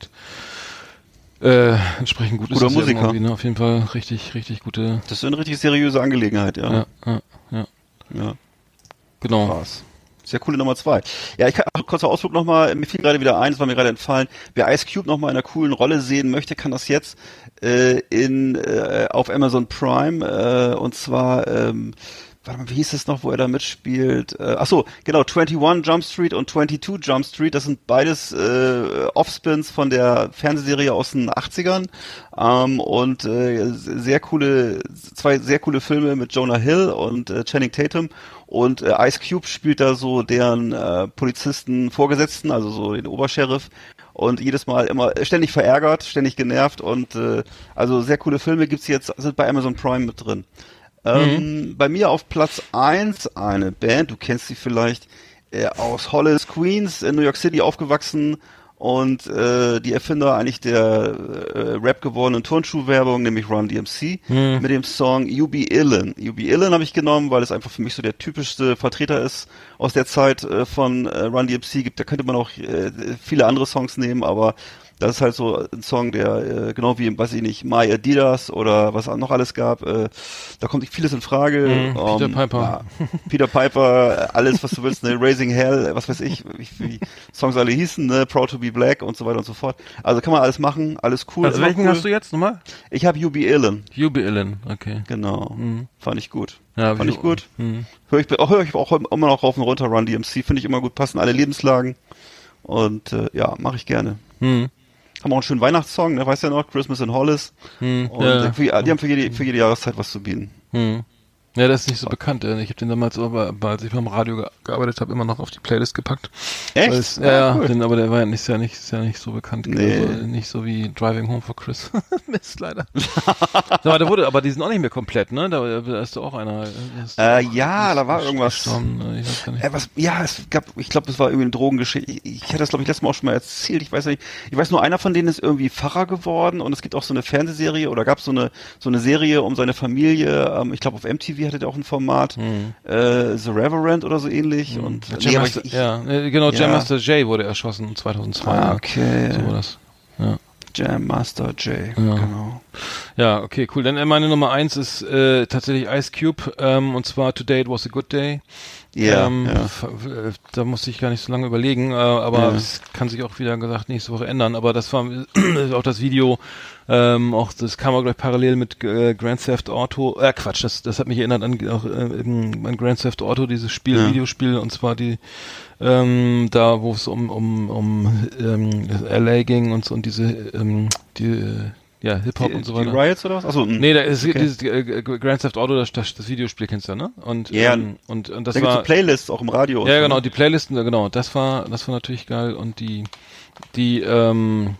äh, entsprechend gut Guter ist das Musiker. ja irgendwie, ne? Auf jeden Fall richtig, richtig gute. Das ist eine richtig seriöse Angelegenheit, ja. Ja, ja, ja. Ja. Genau. Krass. Sehr coole Nummer zwei. Ja, ich kann, also kurzer Ausflug nochmal, mir fiel gerade wieder ein, das war mir gerade entfallen, wer Ice Cube nochmal in einer coolen Rolle sehen möchte, kann das jetzt äh, in äh, auf Amazon Prime, äh, und zwar, ähm, warte mal, wie hieß es noch, wo er da mitspielt? Äh, ach so, genau, einundzwanzig Jump Street und zweiundzwanzig Jump Street, das sind beides äh, Offspins von der Fernsehserie aus den achtzigern, ähm, und äh, sehr coole, zwei sehr coole Filme mit Jonah Hill und äh, Channing Tatum. Und äh, Ice Cube spielt da so deren äh, Polizisten Vorgesetzten, also so den Obersheriff. Und jedes Mal immer ständig verärgert, ständig genervt. Und äh, also sehr coole Filme gibt's jetzt, sind bei Amazon Prime mit drin. Ähm, bei mir auf Platz eins eine Band, du kennst sie vielleicht, äh, aus Hollis, Queens, in New York City aufgewachsen. Und äh, die Erfinder eigentlich der äh, Rap gewordenen Turnschuhwerbung, nämlich Run D M C, Hm. mit dem Song You Be Illin. You Be Illin habe ich genommen, weil es einfach für mich so der typischste Vertreter ist aus der Zeit äh, von äh, Run D M C. Gibt, da könnte man auch äh, viele andere Songs nehmen, aber das ist halt so ein Song, der äh, genau wie, weiß ich nicht, My Adidas oder was noch alles gab, äh, da kommt vieles in Frage. Mhm, Peter Ähm, Piper. Ja, Peter Piper, alles was du willst, ne, Raising Hell, was weiß ich, wie, wie Songs alle hießen, ne, Proud to be Black und so weiter und so fort. Also kann man alles machen, alles cool. Also immer welchen cool. hast du jetzt nochmal? Ich habe You Be Illin, You Be Illin, okay. genau. Mhm. Fand ich gut. Ja, Fand wie- ich gut. Mhm. Höre ich auch, höre ich auch immer noch rauf und runter, Run D M C, finde ich immer gut, passen alle Lebenslagen. Und äh, ja, mache ich gerne. Mhm. Haben auch einen schönen Weihnachtssong, ne, weißt ja noch, Christmas in Hollis. Mhm. Und Ja. äh, für, die haben für jede, für jede Jahreszeit was zu bieten. Hm. Ja, das ist nicht so bekannt. äh. Ich habe den damals, aber, als ich beim Radio ge gearbeitet habe, immer noch auf die Playlist gepackt. Echt? Weil Es, Ah, ja, ja, cool. den, aber der war ja nicht, ist ja nicht, ist ja nicht so bekannt. Nee. Also, nicht so wie Driving Home for Chris. Mist, leider. aber der wurde, aber die sind auch nicht mehr komplett, ne? Da, da ist doch auch einer. da ist Äh, doch- ja, da war ist irgendwas. gestorben, ne? Ich weiß gar nicht. Äh, was, ja, es gab, ich glaube, es war irgendwie eine Drogengeschichte. Ich, ich hatte das, glaube ich, letztes Mal auch schon mal erzählt. Ich weiß nicht. Ich weiß nur, einer von denen ist irgendwie Pfarrer geworden und es gibt auch so eine Fernsehserie oder gab so eine so eine Serie um seine Familie. Ähm, ich glaube, auf M T V hatte der auch ein Format. Hm. Äh, The Reverend oder so ähnlich. Und Ja, nee, Jam aber Master, ich, ich, ja, äh, genau, ja. Jam Master Jay wurde erschossen zweitausendzwei. Ah, ja. okay. So war das. Ja. Jam Master J. Ja. Genau. Ja, okay, cool. Dann äh, meine Nummer eins ist äh, tatsächlich Ice Cube, ähm, und zwar Today It Was a Good Day. Ja, ähm, ja. f- äh, Da musste ich gar nicht so lange überlegen, äh, aber Ja. es kann sich auch wieder gesagt nächste Woche ändern. Aber das war auch das Video, ähm, auch das kam auch gleich parallel mit äh, Grand Theft Auto. Äh, Quatsch, das das hat mich erinnert an auch äh, eben an Grand Theft Auto, dieses Spiel, Ja. Videospiel, und zwar die ähm, da, wo es um um um ähm, L A ging und so, und diese ähm, die ja Hip Hop Die, und so die weiter. Riots oder was? Achso, mh. Nee, da ist Okay. dieses äh, Grand Theft Auto, das, das, das Videospiel kennst du ja, ne? Und Ja. ähm, und und das da gibt's war so Playlists auch im Radio. und ja, so, genau, ne? die Playlisten, ja, genau, das war, das war natürlich geil, und die, die, ähm,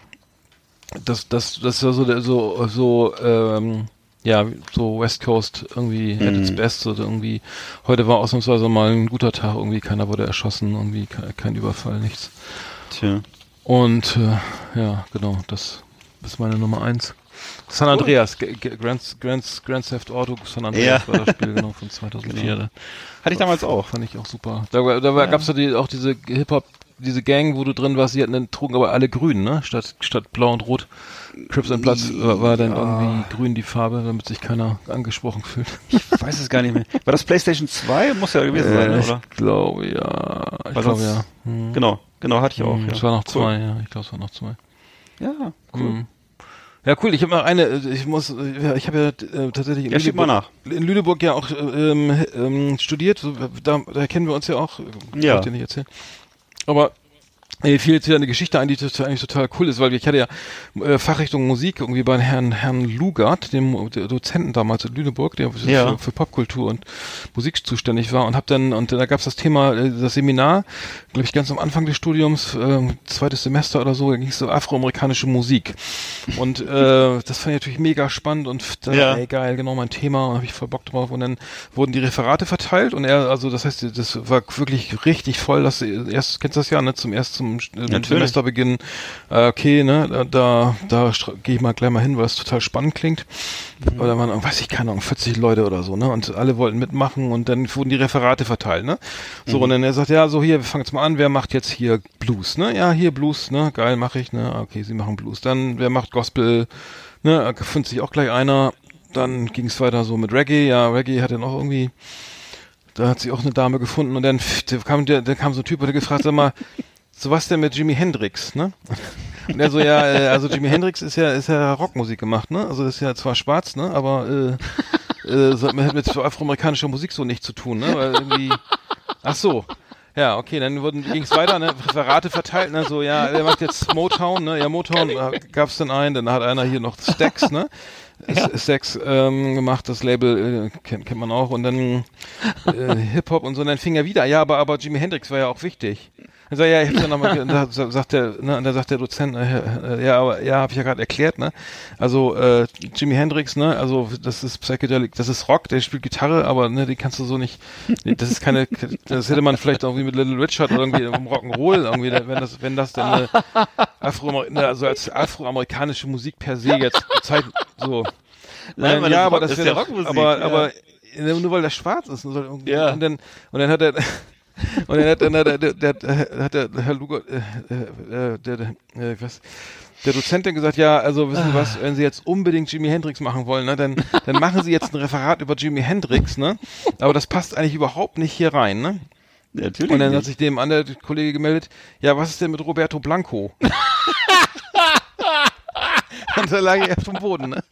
das, das, das war so, der, so, so, ähm, ja, so West Coast irgendwie at its Mhm. best, so irgendwie, heute war ausnahmsweise mal ein guter Tag, irgendwie keiner wurde erschossen, irgendwie kein, kein Überfall, nichts. Tja. Und, äh, ja, genau, das ist meine Nummer eins. San Andreas, G- G- Grand, Grand, Grand Theft Auto San Andreas Ja. war das Spiel, genau, von zweitausendvier. Genau. Hatte ich damals auch. Fand ich auch super. Da, da war, Ja. gab's ja die, auch diese Hip-Hop diese Gang, wo du drin warst, die hatten dann, trugen aber alle grün, ne? Statt, statt blau und rot. Crips and Bloods war, war dann irgendwie grün die Farbe, damit sich keiner angesprochen fühlt. Ich weiß es gar nicht mehr. War das PlayStation zwei? Muss ja gewesen sein, ne, oder? Ich glaube, ja. Ich Weil glaube, sonst- ja. Hm. Genau, genau, hatte ich auch. Hm, Ja. Es war noch Cool. zwei, ja. Ich glaube, es war noch zwei. Ja, cool. Hm. Ja, cool. Ich habe noch eine, äh, ich muss, äh, ja, ich habe ja äh, tatsächlich in Ja, schieb mal nach. in Lüneburg ja auch ähm, ähm, studiert. So, da, da kennen wir uns ja auch. Ich Ja. wollte dir nicht erzählen. Aber mir fiel jetzt wieder eine Geschichte ein, die total, eigentlich total cool ist, weil ich hatte ja äh, Fachrichtung Musik irgendwie bei Herrn Herrn Lugard, dem der Dozenten damals in Lüneburg, der für, Ja. für, für Popkultur und Musik zuständig war und habe dann und da gab es das Thema, äh, das Seminar, glaube ich, ganz am Anfang des Studiums, äh, zweites Semester oder so, da ging es so afroamerikanische Musik und äh, das fand ich natürlich mega spannend und da, Ja. ey, geil, genau mein Thema und habe ich voll Bock drauf und dann wurden die Referate verteilt und er, also das heißt, das war wirklich richtig voll, dass erst kennst du das ja, ne, zum erst zum äh, Semesterbeginn, äh, okay, ne, da da stra- gehe ich mal gleich mal hin, weil es total spannend klingt. Mhm. Oder man, weiß ich keine Ahnung, vierzig Leute oder so, ne, und alle wollten mitmachen und dann wurden die Referate verteilt, ne. So Mhm. und dann er sagt, ja, so hier, wir fangen jetzt mal an, wer macht jetzt hier Blues, ne? Ja, hier Blues, ne, geil, mache ich, ne. Okay, sie machen Blues. Dann wer macht Gospel, ne, findet sich auch gleich einer. Dann ging es weiter so mit Reggae, ja, Reggae hat dann auch irgendwie da hat sich auch eine Dame gefunden und dann pff, der kam der, der kam so ein Typ und hat gefragt, sag mal, so was denn mit Jimi Hendrix, ne? Und er so, ja, äh, also Jimi Hendrix ist ja, ist ja Rockmusik gemacht, ne? Also das ist ja zwar schwarz, ne? Aber äh, äh, so, hat mit so afroamerikanischer Musik so nichts zu tun, ne? Weil irgendwie, ach so. Ja, okay, dann wurden ging's weiter, ne? Referate verteilt, ne? So, ja, der macht jetzt Motown, ne? Ja, Motown äh, gab's dann einen, dann hat einer hier noch Stax, ne? Ja. Stax ähm, gemacht, das Label äh, kennt, kennt man auch und dann äh, Hip-Hop und so, und dann fing er wieder, ja, aber aber Jimi Hendrix war ja auch wichtig. Dann sagt er, ja, ich hab's ja nochmal, da sagt der, ne, und da sagt der Dozent, äh, äh, ja, aber ja, habe ich ja gerade erklärt, ne? Also äh, Jimi Hendrix, ne? Also das ist Psychedelic, das ist Rock, der spielt Gitarre, aber ne, die kannst du so nicht. Das ist keine, das hätte man vielleicht irgendwie mit Little Richard oder irgendwie im Rock'n'Roll irgendwie, wenn das, wenn das dann eine Afro, also als afroamerikanische Musik per se jetzt bezeichnet, so. Nein, Nein, ja, aber das ist wäre ja doch- Rockmusik. aber ja. aber nur weil der schwarz ist, soll irgendwie, Ja. und dann und dann hat er und dann hat, dann hat, der, der, der, hat der Herr Luger, äh, äh, der, der, äh, was, der Dozent dann gesagt, ja, also wissen Sie was, wenn Sie jetzt unbedingt Jimi Hendrix machen wollen, ne, dann, dann machen Sie jetzt ein Referat über Jimi Hendrix, ne, aber das passt eigentlich überhaupt nicht hier rein, ne. Natürlich. Und dann hat nicht. sich dem anderen Kollege gemeldet, ja, was ist denn mit Roberto Blanco? Und da lag ich auf dem Boden, ne.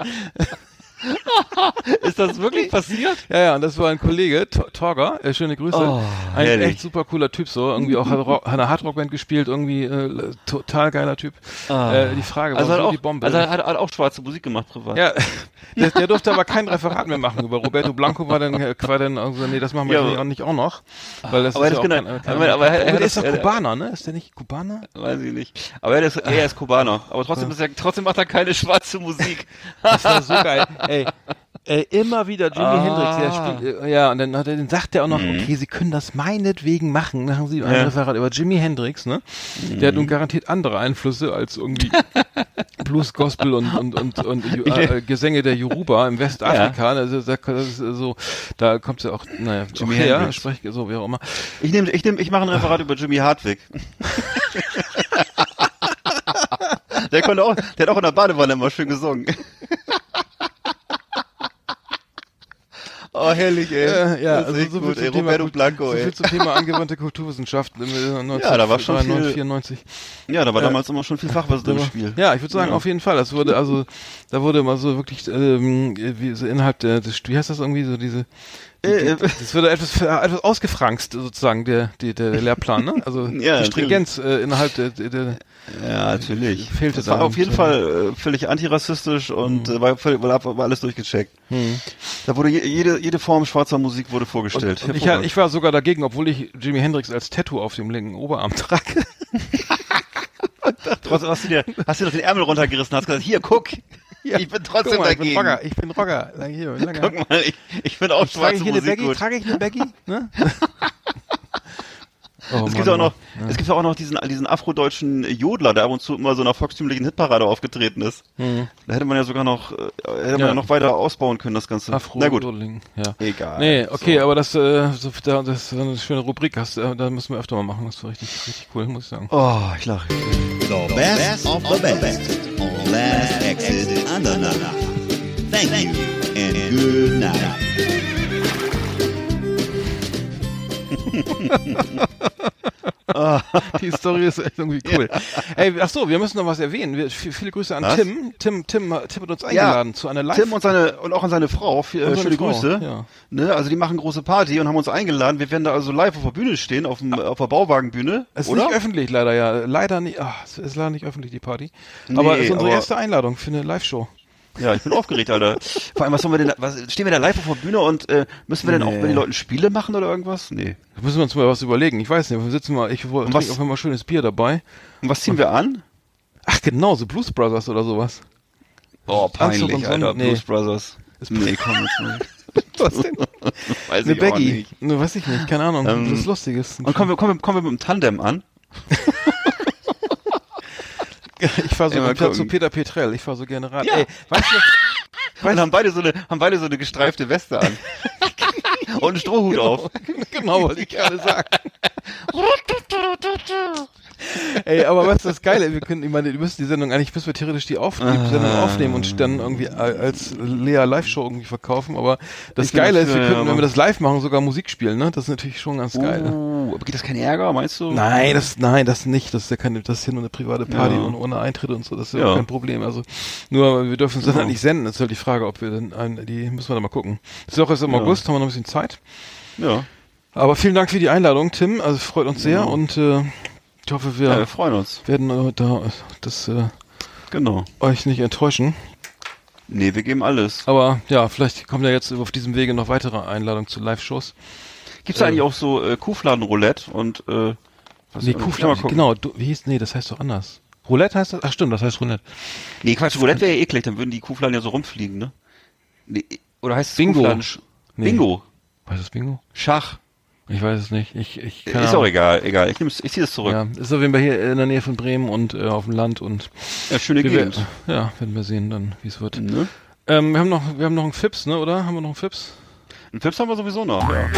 Ist das wirklich passiert? Ja, ja, und das war ein Kollege, T- Torger, äh, schöne Grüße. Oh, ein herrlich. echt super cooler Typ, so, irgendwie auch hat Ro- hat eine Hardrock-Band gespielt, irgendwie äh, total geiler Typ. Ah. Äh, die Frage war Also, hat so auch, die Bombe. also er hat, hat auch schwarze Musik gemacht privat. ja, der, der durfte aber kein Referat mehr machen über Roberto Blanco, war dann, äh, war dann also, nee, das machen wir Ja, nicht, aber- auch nicht auch noch. Weil das aber ist das ja auch genau- kein, kein, aber- aber er- er Obwohl, hat der ist das- doch er- Kubaner, ne? Ist der nicht Kubaner? Weiß ich nicht. Aber er ist, er ist Kubaner. Aber trotzdem, ist er, trotzdem macht er keine schwarze Musik. Das war so geil. Ey, äh, immer wieder Jimi Ah. Hendrix, der spielt, äh, ja, und dann, hat er, dann sagt er auch noch, okay, Sie können das meinetwegen machen. Machen Sie ein Ja. Referat über Jimi Hendrix, ne? Der hat nun garantiert andere Einflüsse als irgendwie Blues, Gospel und, und, und, und äh, Gesänge der Yoruba im Westafrika. Also, da, das ist so, da kommt ja auch, naja, Jimi auch her, Hendrix. spreche so wie auch immer. Ich nehme, ich nehme, ich mache ein Referat über Jimmy Hartwig. Der konnte auch, der hat auch in der Badewanne immer schön gesungen. Oh, herrlich, ey. Äh, ja, Das ist also echt so viel gut, zum ey. Thema, Roberto Kult- Blanco, so ey. viel zum Thema angewandte Kulturwissenschaften im äh, Ja, da war schon viel- neunzehnhundertvierundneunzig. Ja, da war Äh, damals immer schon viel Fachwissen im Spiel. Ja, ich würde sagen, Ja. auf jeden Fall. Das wurde also, da wurde mal so wirklich, ähm, wie so innerhalb der, des, wie heißt das irgendwie so diese, die, Äh, äh. das wurde etwas, etwas ausgefranst sozusagen der, die, der Lehrplan, ne? Also Ja, die Stringenz äh, innerhalb der, der, der Ja, natürlich. Fehlte das war da auf jeden so. Fall äh, völlig antirassistisch und äh, war, völlig, war, war alles durchgecheckt. Da wurde je, jede, jede Form schwarzer Musik wurde vorgestellt. und ich, ich war sogar dagegen, obwohl ich Jimi Hendrix als Tattoo auf dem linken Oberarm trage. Trotzdem hast du dir, hast du dir doch den Ärmel runtergerissen, hast gesagt, hier, guck, ich bin trotzdem Guck mal, ich bin dagegen. Rocker, ich bin Rocker. Lang hier, lange Guck mal, ich, ich finde auch Trage schwarze ich hier eine Musik Baggy? gut. Trage ich eine Baggy? Ne? Oh, es gibt Mann, auch noch, Mann. es gibt auch noch diesen, diesen afrodeutschen Jodler, der ab und zu immer so einer volkstümlichen Hitparade aufgetreten ist. Mhm. Da hätte man ja sogar noch, äh, hätte man Ja. ja noch weiter ausbauen können, das Ganze. Afro Na gut. Jodeling, ja. Egal. Nee, okay, So. aber das, äh, so, da, das ist eine schöne Rubrik, hast, äh, da müssen wir öfter mal machen, das war richtig, richtig cool, muss ich sagen. Oh, ich lache. The best of the best on Last Exit Andernach. Thank you and good night. Die Story ist echt irgendwie cool. Ey, ach so, wir müssen noch was erwähnen. Wir, viel- viele Grüße an Was? Tim. Tim, Tim, Tim hat uns eingeladen zu einer Live. Tim und seine und auch an seine Frau, viel, Und äh, seine schöne Frau, Grüße. ja. Ne, also die machen große Party und haben uns eingeladen. Wir werden da also live auf der Bühne stehen, auf dem auf der Bauwagenbühne, Es ist oder? nicht öffentlich leider, ja. Leider nicht. Ach, es ist leider nicht öffentlich, die Party. Aber es Nee, ist unsere aber- erste Einladung für eine Live-Show. Ja, ich bin aufgeregt, Alter. Vor allem, was sollen wir denn, da- was, stehen wir da live auf der Bühne und äh, müssen wir denn auch Nee. mit den Leuten Spiele machen oder irgendwas? Nee. Da müssen wir uns mal was überlegen. Ich weiß nicht, wir sitzen mal, ich wollte Und was- trinke auf einmal schönes Bier dabei. Und was ziehen wir an? Ach genau, so Blues Brothers oder sowas. Oh, Anzug peinlich, und so, Alter. nee. Blues Brothers. Nee, komm jetzt nicht. Was denn? Weiß Eine ich auch Baggy. nicht. Ne, weiß ich nicht, keine Ahnung. Ähm, das ist Lustiges. Und kommen wir, kommen wir, kommen wir mit dem Tandem an? Ich fahr so Ey, mal ich fahr zu gucken. Peter Petrell, ich fahr so gerne Rad. Ja. Ey, weißt du, Und haben beide so eine, haben beide so eine gestreifte Weste an. Und einen Strohhut auf. genau, wollte ich gerade sagen. Ey, aber was ist das Geile? Wir können, ich meine, wir müssen die Sendung eigentlich, müssen wir theoretisch die, auf, die Sendung aufnehmen und dann irgendwie als Lea Live-Show irgendwie verkaufen, aber das Ich bin Geile ist, wir dafür, könnten, wenn aber- wir das live machen, sogar Musik spielen, ne? Das ist natürlich schon ganz geil. Uh, aber geht das kein Ärger, meinst du? Nein, das, nein, das nicht. Das ist ja keine, das ist ja nur eine private Party Ja. und ohne Eintritt und so. Das ist ja, Ja. auch kein Problem. Also, nur, wir dürfen es dann Ja. halt nicht senden. Das ist halt die Frage, ob wir dann, ein, die, müssen wir da mal gucken. Das ist auch erst im Ja. August, haben wir noch ein bisschen Zeit. Ja. Aber vielen Dank für die Einladung, Tim. Also, freut uns sehr Genau. und, äh, ich hoffe, wir Ja, wir freuen uns. werden äh, da, das, äh, Genau. euch nicht enttäuschen. Nee, wir geben alles. Aber, ja, vielleicht kommen ja jetzt auf diesem Wege noch weitere Einladungen zu Live-Shows. Gibt's da eigentlich auch so äh, Kuhfladen-Roulette und äh, was Nee, kann man Kuhfladen, gucken. genau, du, wie hieß, nee, das heißt doch anders. Roulette heißt das? Ach stimmt, das heißt Roulette. Nee, Quatsch, Roulette wäre ja eklig, dann würden die Kuhfladen ja so rumfliegen, ne? Nee, oder heißt es Bingo. Kuhfladen? Sch- Nee. Bingo. Weißt du das Bingo? Schach. Ich weiß es nicht. Ich, ich, Ist keine auch Ahnung. egal, egal. Ich, nehm's, ich ziehe das zurück. Ja, ist auf jeden Fall hier in der Nähe von Bremen und äh, auf dem Land und Ja, schöne wir, Gegend. ja, werden wir sehen dann, wie es wird. Ne? Ähm, wir haben noch, wir haben noch einen Fips, ne, oder? Haben wir noch einen Fips? Einen Fips haben wir sowieso noch, ja.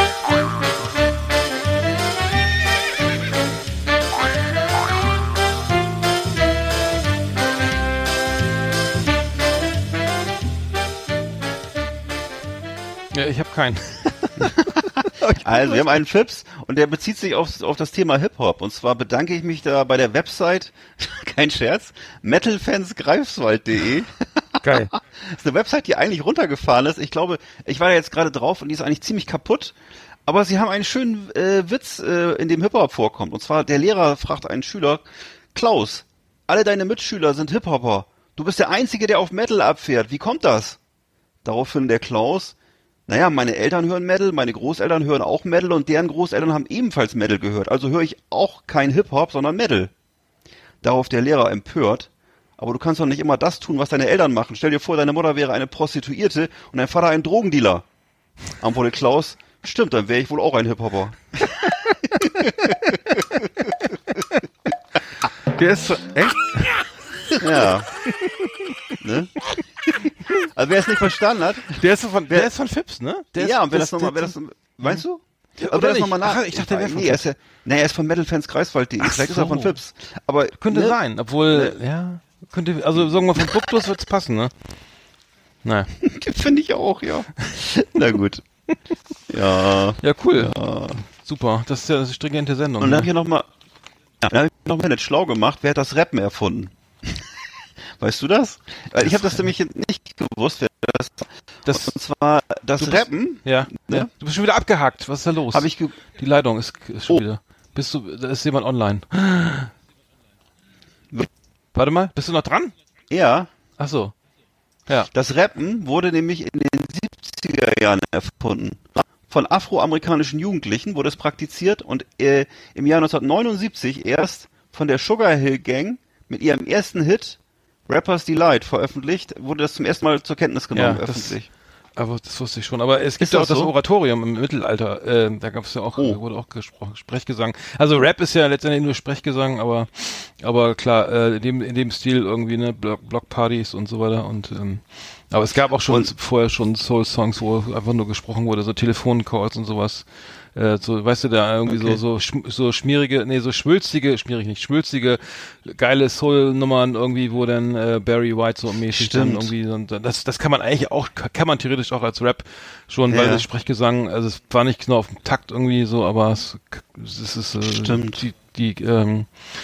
Ja, ich habe keinen. Also, wir haben einen Fips und der bezieht sich auf, auf das Thema Hip-Hop. Und zwar bedanke ich mich da bei der Website, kein Scherz, metalfansgreifswald punkt de. Geil. Das ist eine Website, die eigentlich runtergefahren ist. Ich glaube, ich war da jetzt gerade drauf und die ist eigentlich ziemlich kaputt. Aber sie haben einen schönen äh, Witz, äh, in dem Hip-Hop vorkommt. Und zwar, der Lehrer fragt einen Schüler, Klaus, alle deine Mitschüler sind Hip-Hopper. Du bist der Einzige, der auf Metal abfährt. Wie kommt das? Daraufhin der Klaus, naja, meine Eltern hören Metal, meine Großeltern hören auch Metal und deren Großeltern haben ebenfalls Metal gehört. Also höre ich auch kein Hip-Hop, sondern Metal. Darauf der Lehrer empört, aber du kannst doch nicht immer das tun, was deine Eltern machen. Stell dir vor, deine Mutter wäre eine Prostituierte und dein Vater ein Drogendealer. Antwortet Klaus, stimmt, dann wäre ich wohl auch ein Hip-Hopper. Der ist so, echt? Ja. Ne? Also wer es nicht verstanden hat, Der ist so von, Wer- der ist von Fips, ne? Der ja, ist, und wer das nochmal, wer das, meinst du? Ja, Aber oder wer das nicht? nochmal nach, Ach, ich dachte, der wäre von nee, er ist ja, nee, er ist von metalfanskreiswald punkt de, Ach vielleicht ist er so. von Fips. Aber, Könnte ne? sein, obwohl, ja, könnte, also sagen wir von Duktus wird's passen, ne? Naja. Finde ich auch, ja. Na gut. Ja. Ja, cool. Super. Das ist ja eine stringente Sendung. Und dann habe ne? ich noch mal, ja, dann habe ich noch mal nicht schlau gemacht, wer hat das Rappen erfunden? Weißt du das? Weil ich habe das nämlich nicht gewusst, wer das, das, und zwar das Du bist- Rappen, ja, ne? ja. Du bist schon wieder abgehackt. Was ist da los? habe ich ge Die Leitung ist, ist schon Oh. wieder. Bist du, da ist jemand online. Warte mal, bist du noch dran? ja, Ach so. Ja. das Rappen wurde nämlich in den siebziger Jahren erfunden. Von afroamerikanischen Jugendlichen wurde es praktiziert und äh, im Jahr neunzehnhundertneunundsiebzig erst von der Sugar Hill Gang mit ihrem ersten Hit Rapper's Delight veröffentlicht, wurde das zum ersten Mal zur Kenntnis genommen, Ja, das- öffentlich. Aber das wusste ich schon. Aber es gibt Ist ja auch das das so? Oratorium im Mittelalter. Äh, da gab es ja auch, Oh. wurde auch gesprochen, Sprechgesang. Also Rap ist ja letztendlich nur Sprechgesang, aber aber klar, äh, in dem in dem Stil irgendwie, ne, Block, Blockpartys und so weiter. Und ähm, aber es gab auch schon Und- vorher schon Soul-Songs, wo einfach nur gesprochen wurde, so Telefoncalls und sowas. Äh, so, weißt du, da irgendwie Okay. so so schm- so schmierige, nee, so schmülzige, schmierig nicht, schmülzige, geile Soul-Nummern irgendwie, wo dann äh, Barry White so mäßig dann Stimmt. irgendwie, und das das kann man eigentlich auch, kann man theoretisch auch als Rap schon, weil Ja. das Sprechgesang, also es war nicht genau auf dem Takt irgendwie so, aber es, es ist äh, Stimmt. die die ähm,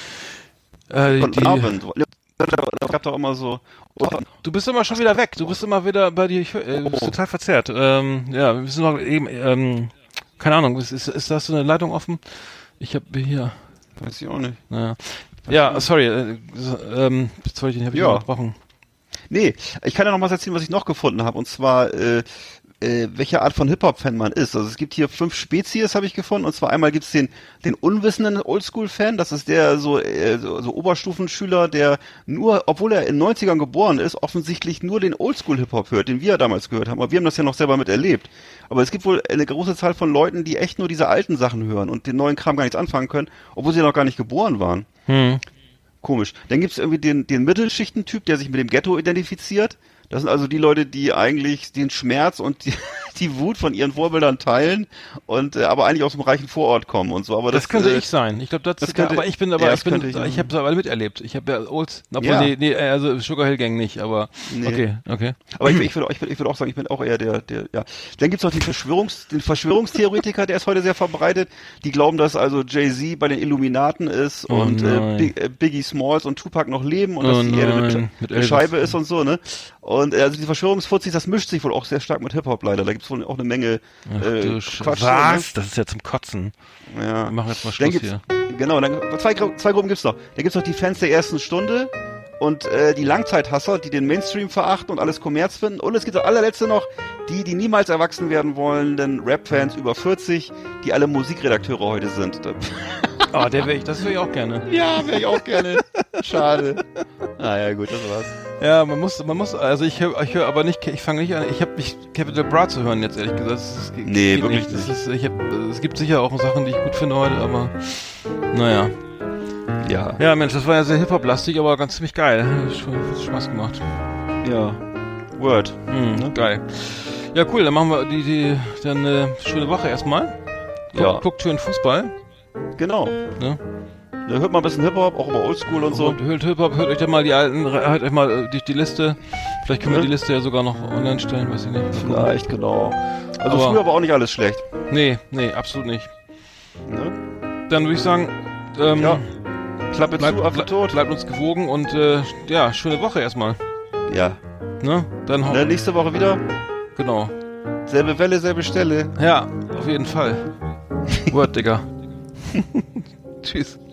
äh, Von die, Abend. Es gab doch immer so. Du bist immer schon wieder weg. Du bist immer wieder bei dir. Ich, äh, du bist total verzerrt. Ähm, ja, wir müssen noch eben. Ähm, keine Ahnung. Ist, ist, ist das so eine Leitung offen? Ich habe hier. Weiß ich auch nicht. Naja. Ja, sorry. Äh, so, ähm, jetzt wollte ich den hab ich Ja. unterbrochen. Nee, ich kann ja noch mal erzählen, was ich noch gefunden habe. Und zwar, äh, äh, welche Art von Hip-Hop-Fan man ist. Also es gibt hier fünf Spezies, habe ich gefunden. Und zwar einmal gibt's den, den unwissenden Oldschool-Fan. Das ist der so, äh, so, so Oberstufenschüler, der nur, obwohl er in den neunzigern geboren ist, offensichtlich nur den Oldschool-Hip-Hop hört, den wir damals gehört haben. Aber wir haben das ja noch selber miterlebt. Aber es gibt wohl eine große Zahl von Leuten, die echt nur diese alten Sachen hören und den neuen Kram gar nichts anfangen können, obwohl sie noch gar nicht geboren waren. Hm. Komisch. Dann gibt's irgendwie den, den Mittelschichtentyp, der sich mit dem Ghetto identifiziert. Das sind also die Leute, die eigentlich den Schmerz und die, die Wut von ihren Vorbildern teilen und äh, aber eigentlich aus dem reichen Vorort kommen und so. Aber Das, das, könnte äh, ich sein. Ich glaube, das, das ist könnte- aber ich bin aber ja, ich das bin könnte ich, ich- ich habe es aber miterlebt. Ich habe ja Olds, obwohl Ja. nee, nee, also Sugar Hill Gang nicht, aber Nee. okay, okay. Aber ich, ich würde ich würd, ich würd auch sagen, ich bin auch eher der, der, ja. Dann gibt's noch den Verschwörungs, den Verschwörungstheoretiker, der ist heute sehr verbreitet. Die glauben, dass also Jay-Z bei den Illuminaten ist Oh und äh, nein. Big, äh, Biggie Smalls und Tupac noch leben und Oh dass die Erde nein, eine, mit eine Elvis. Scheibe ist und so, ne? Und äh, also die Verschwörungsfuzis, das mischt sich wohl auch sehr stark mit Hip-Hop leider. Da gibt's wohl auch eine Menge Ach, äh, du Sch- Quatsch. Was? Das ist ja zum Kotzen. Ne? Ja. Wir machen jetzt mal Dann Schluss gibt's, hier. Genau, dann zwei, Gru- zwei Gruppen gibt's noch. Da gibt's noch die Fans der ersten Stunde und äh, die Langzeithasser, die den Mainstream verachten und alles Kommerz finden. Und es gibt das allerletzte noch, die, die niemals erwachsen werden wollen, denn Rap-Fans über vierzig, die alle Musikredakteure heute sind. Da- Oh, der wäre ich, das würde ich auch gerne. Ja, wäre ich auch gerne. Schade. Naja, gut, das war's. Ja, man muss, man muss, also ich höre, ich höre aber nicht, ich fange nicht an, ich habe mich Capital Bra zu hören jetzt ehrlich gesagt. Das, das geht- Nee, geht wirklich Das nicht. ist, ich hab, es gibt sicher auch Sachen, die ich gut finde heute, aber naja. Ja. Ja, Mensch, das war ja sehr Hip-Hop-lastig, aber ganz ziemlich geil. Hat Spaß gemacht. Ja. Word. Hm, geil. Ja, cool, dann machen wir die, die, dann eine schöne Woche erstmal. Guck, Ja. Guckt schön Fußball. Genau. Ne? Da hört man ein bisschen Hip-Hop, auch über Oldschool und so. Und hört Hip-Hop, hört euch dann mal die alten, hört euch mal äh, durch die Liste. Vielleicht können wir Ja. die Liste ja sogar noch online stellen, weiß ich nicht. Mal gucken. Vielleicht, genau. Also Aber- früher war auch nicht alles schlecht. Nee, nee, absolut nicht. Ne? Dann würde ich sagen, ähm, Ja. Klappe bleibt, zu, Affe ble tot. bleibt uns gewogen und äh, ja, schöne Woche erstmal. Ja. Ne? Dann Ne, nächste Woche wieder. genau. Selbe Welle, selbe Stelle. Ja, auf jeden Fall. Word, Digga. Tschüss.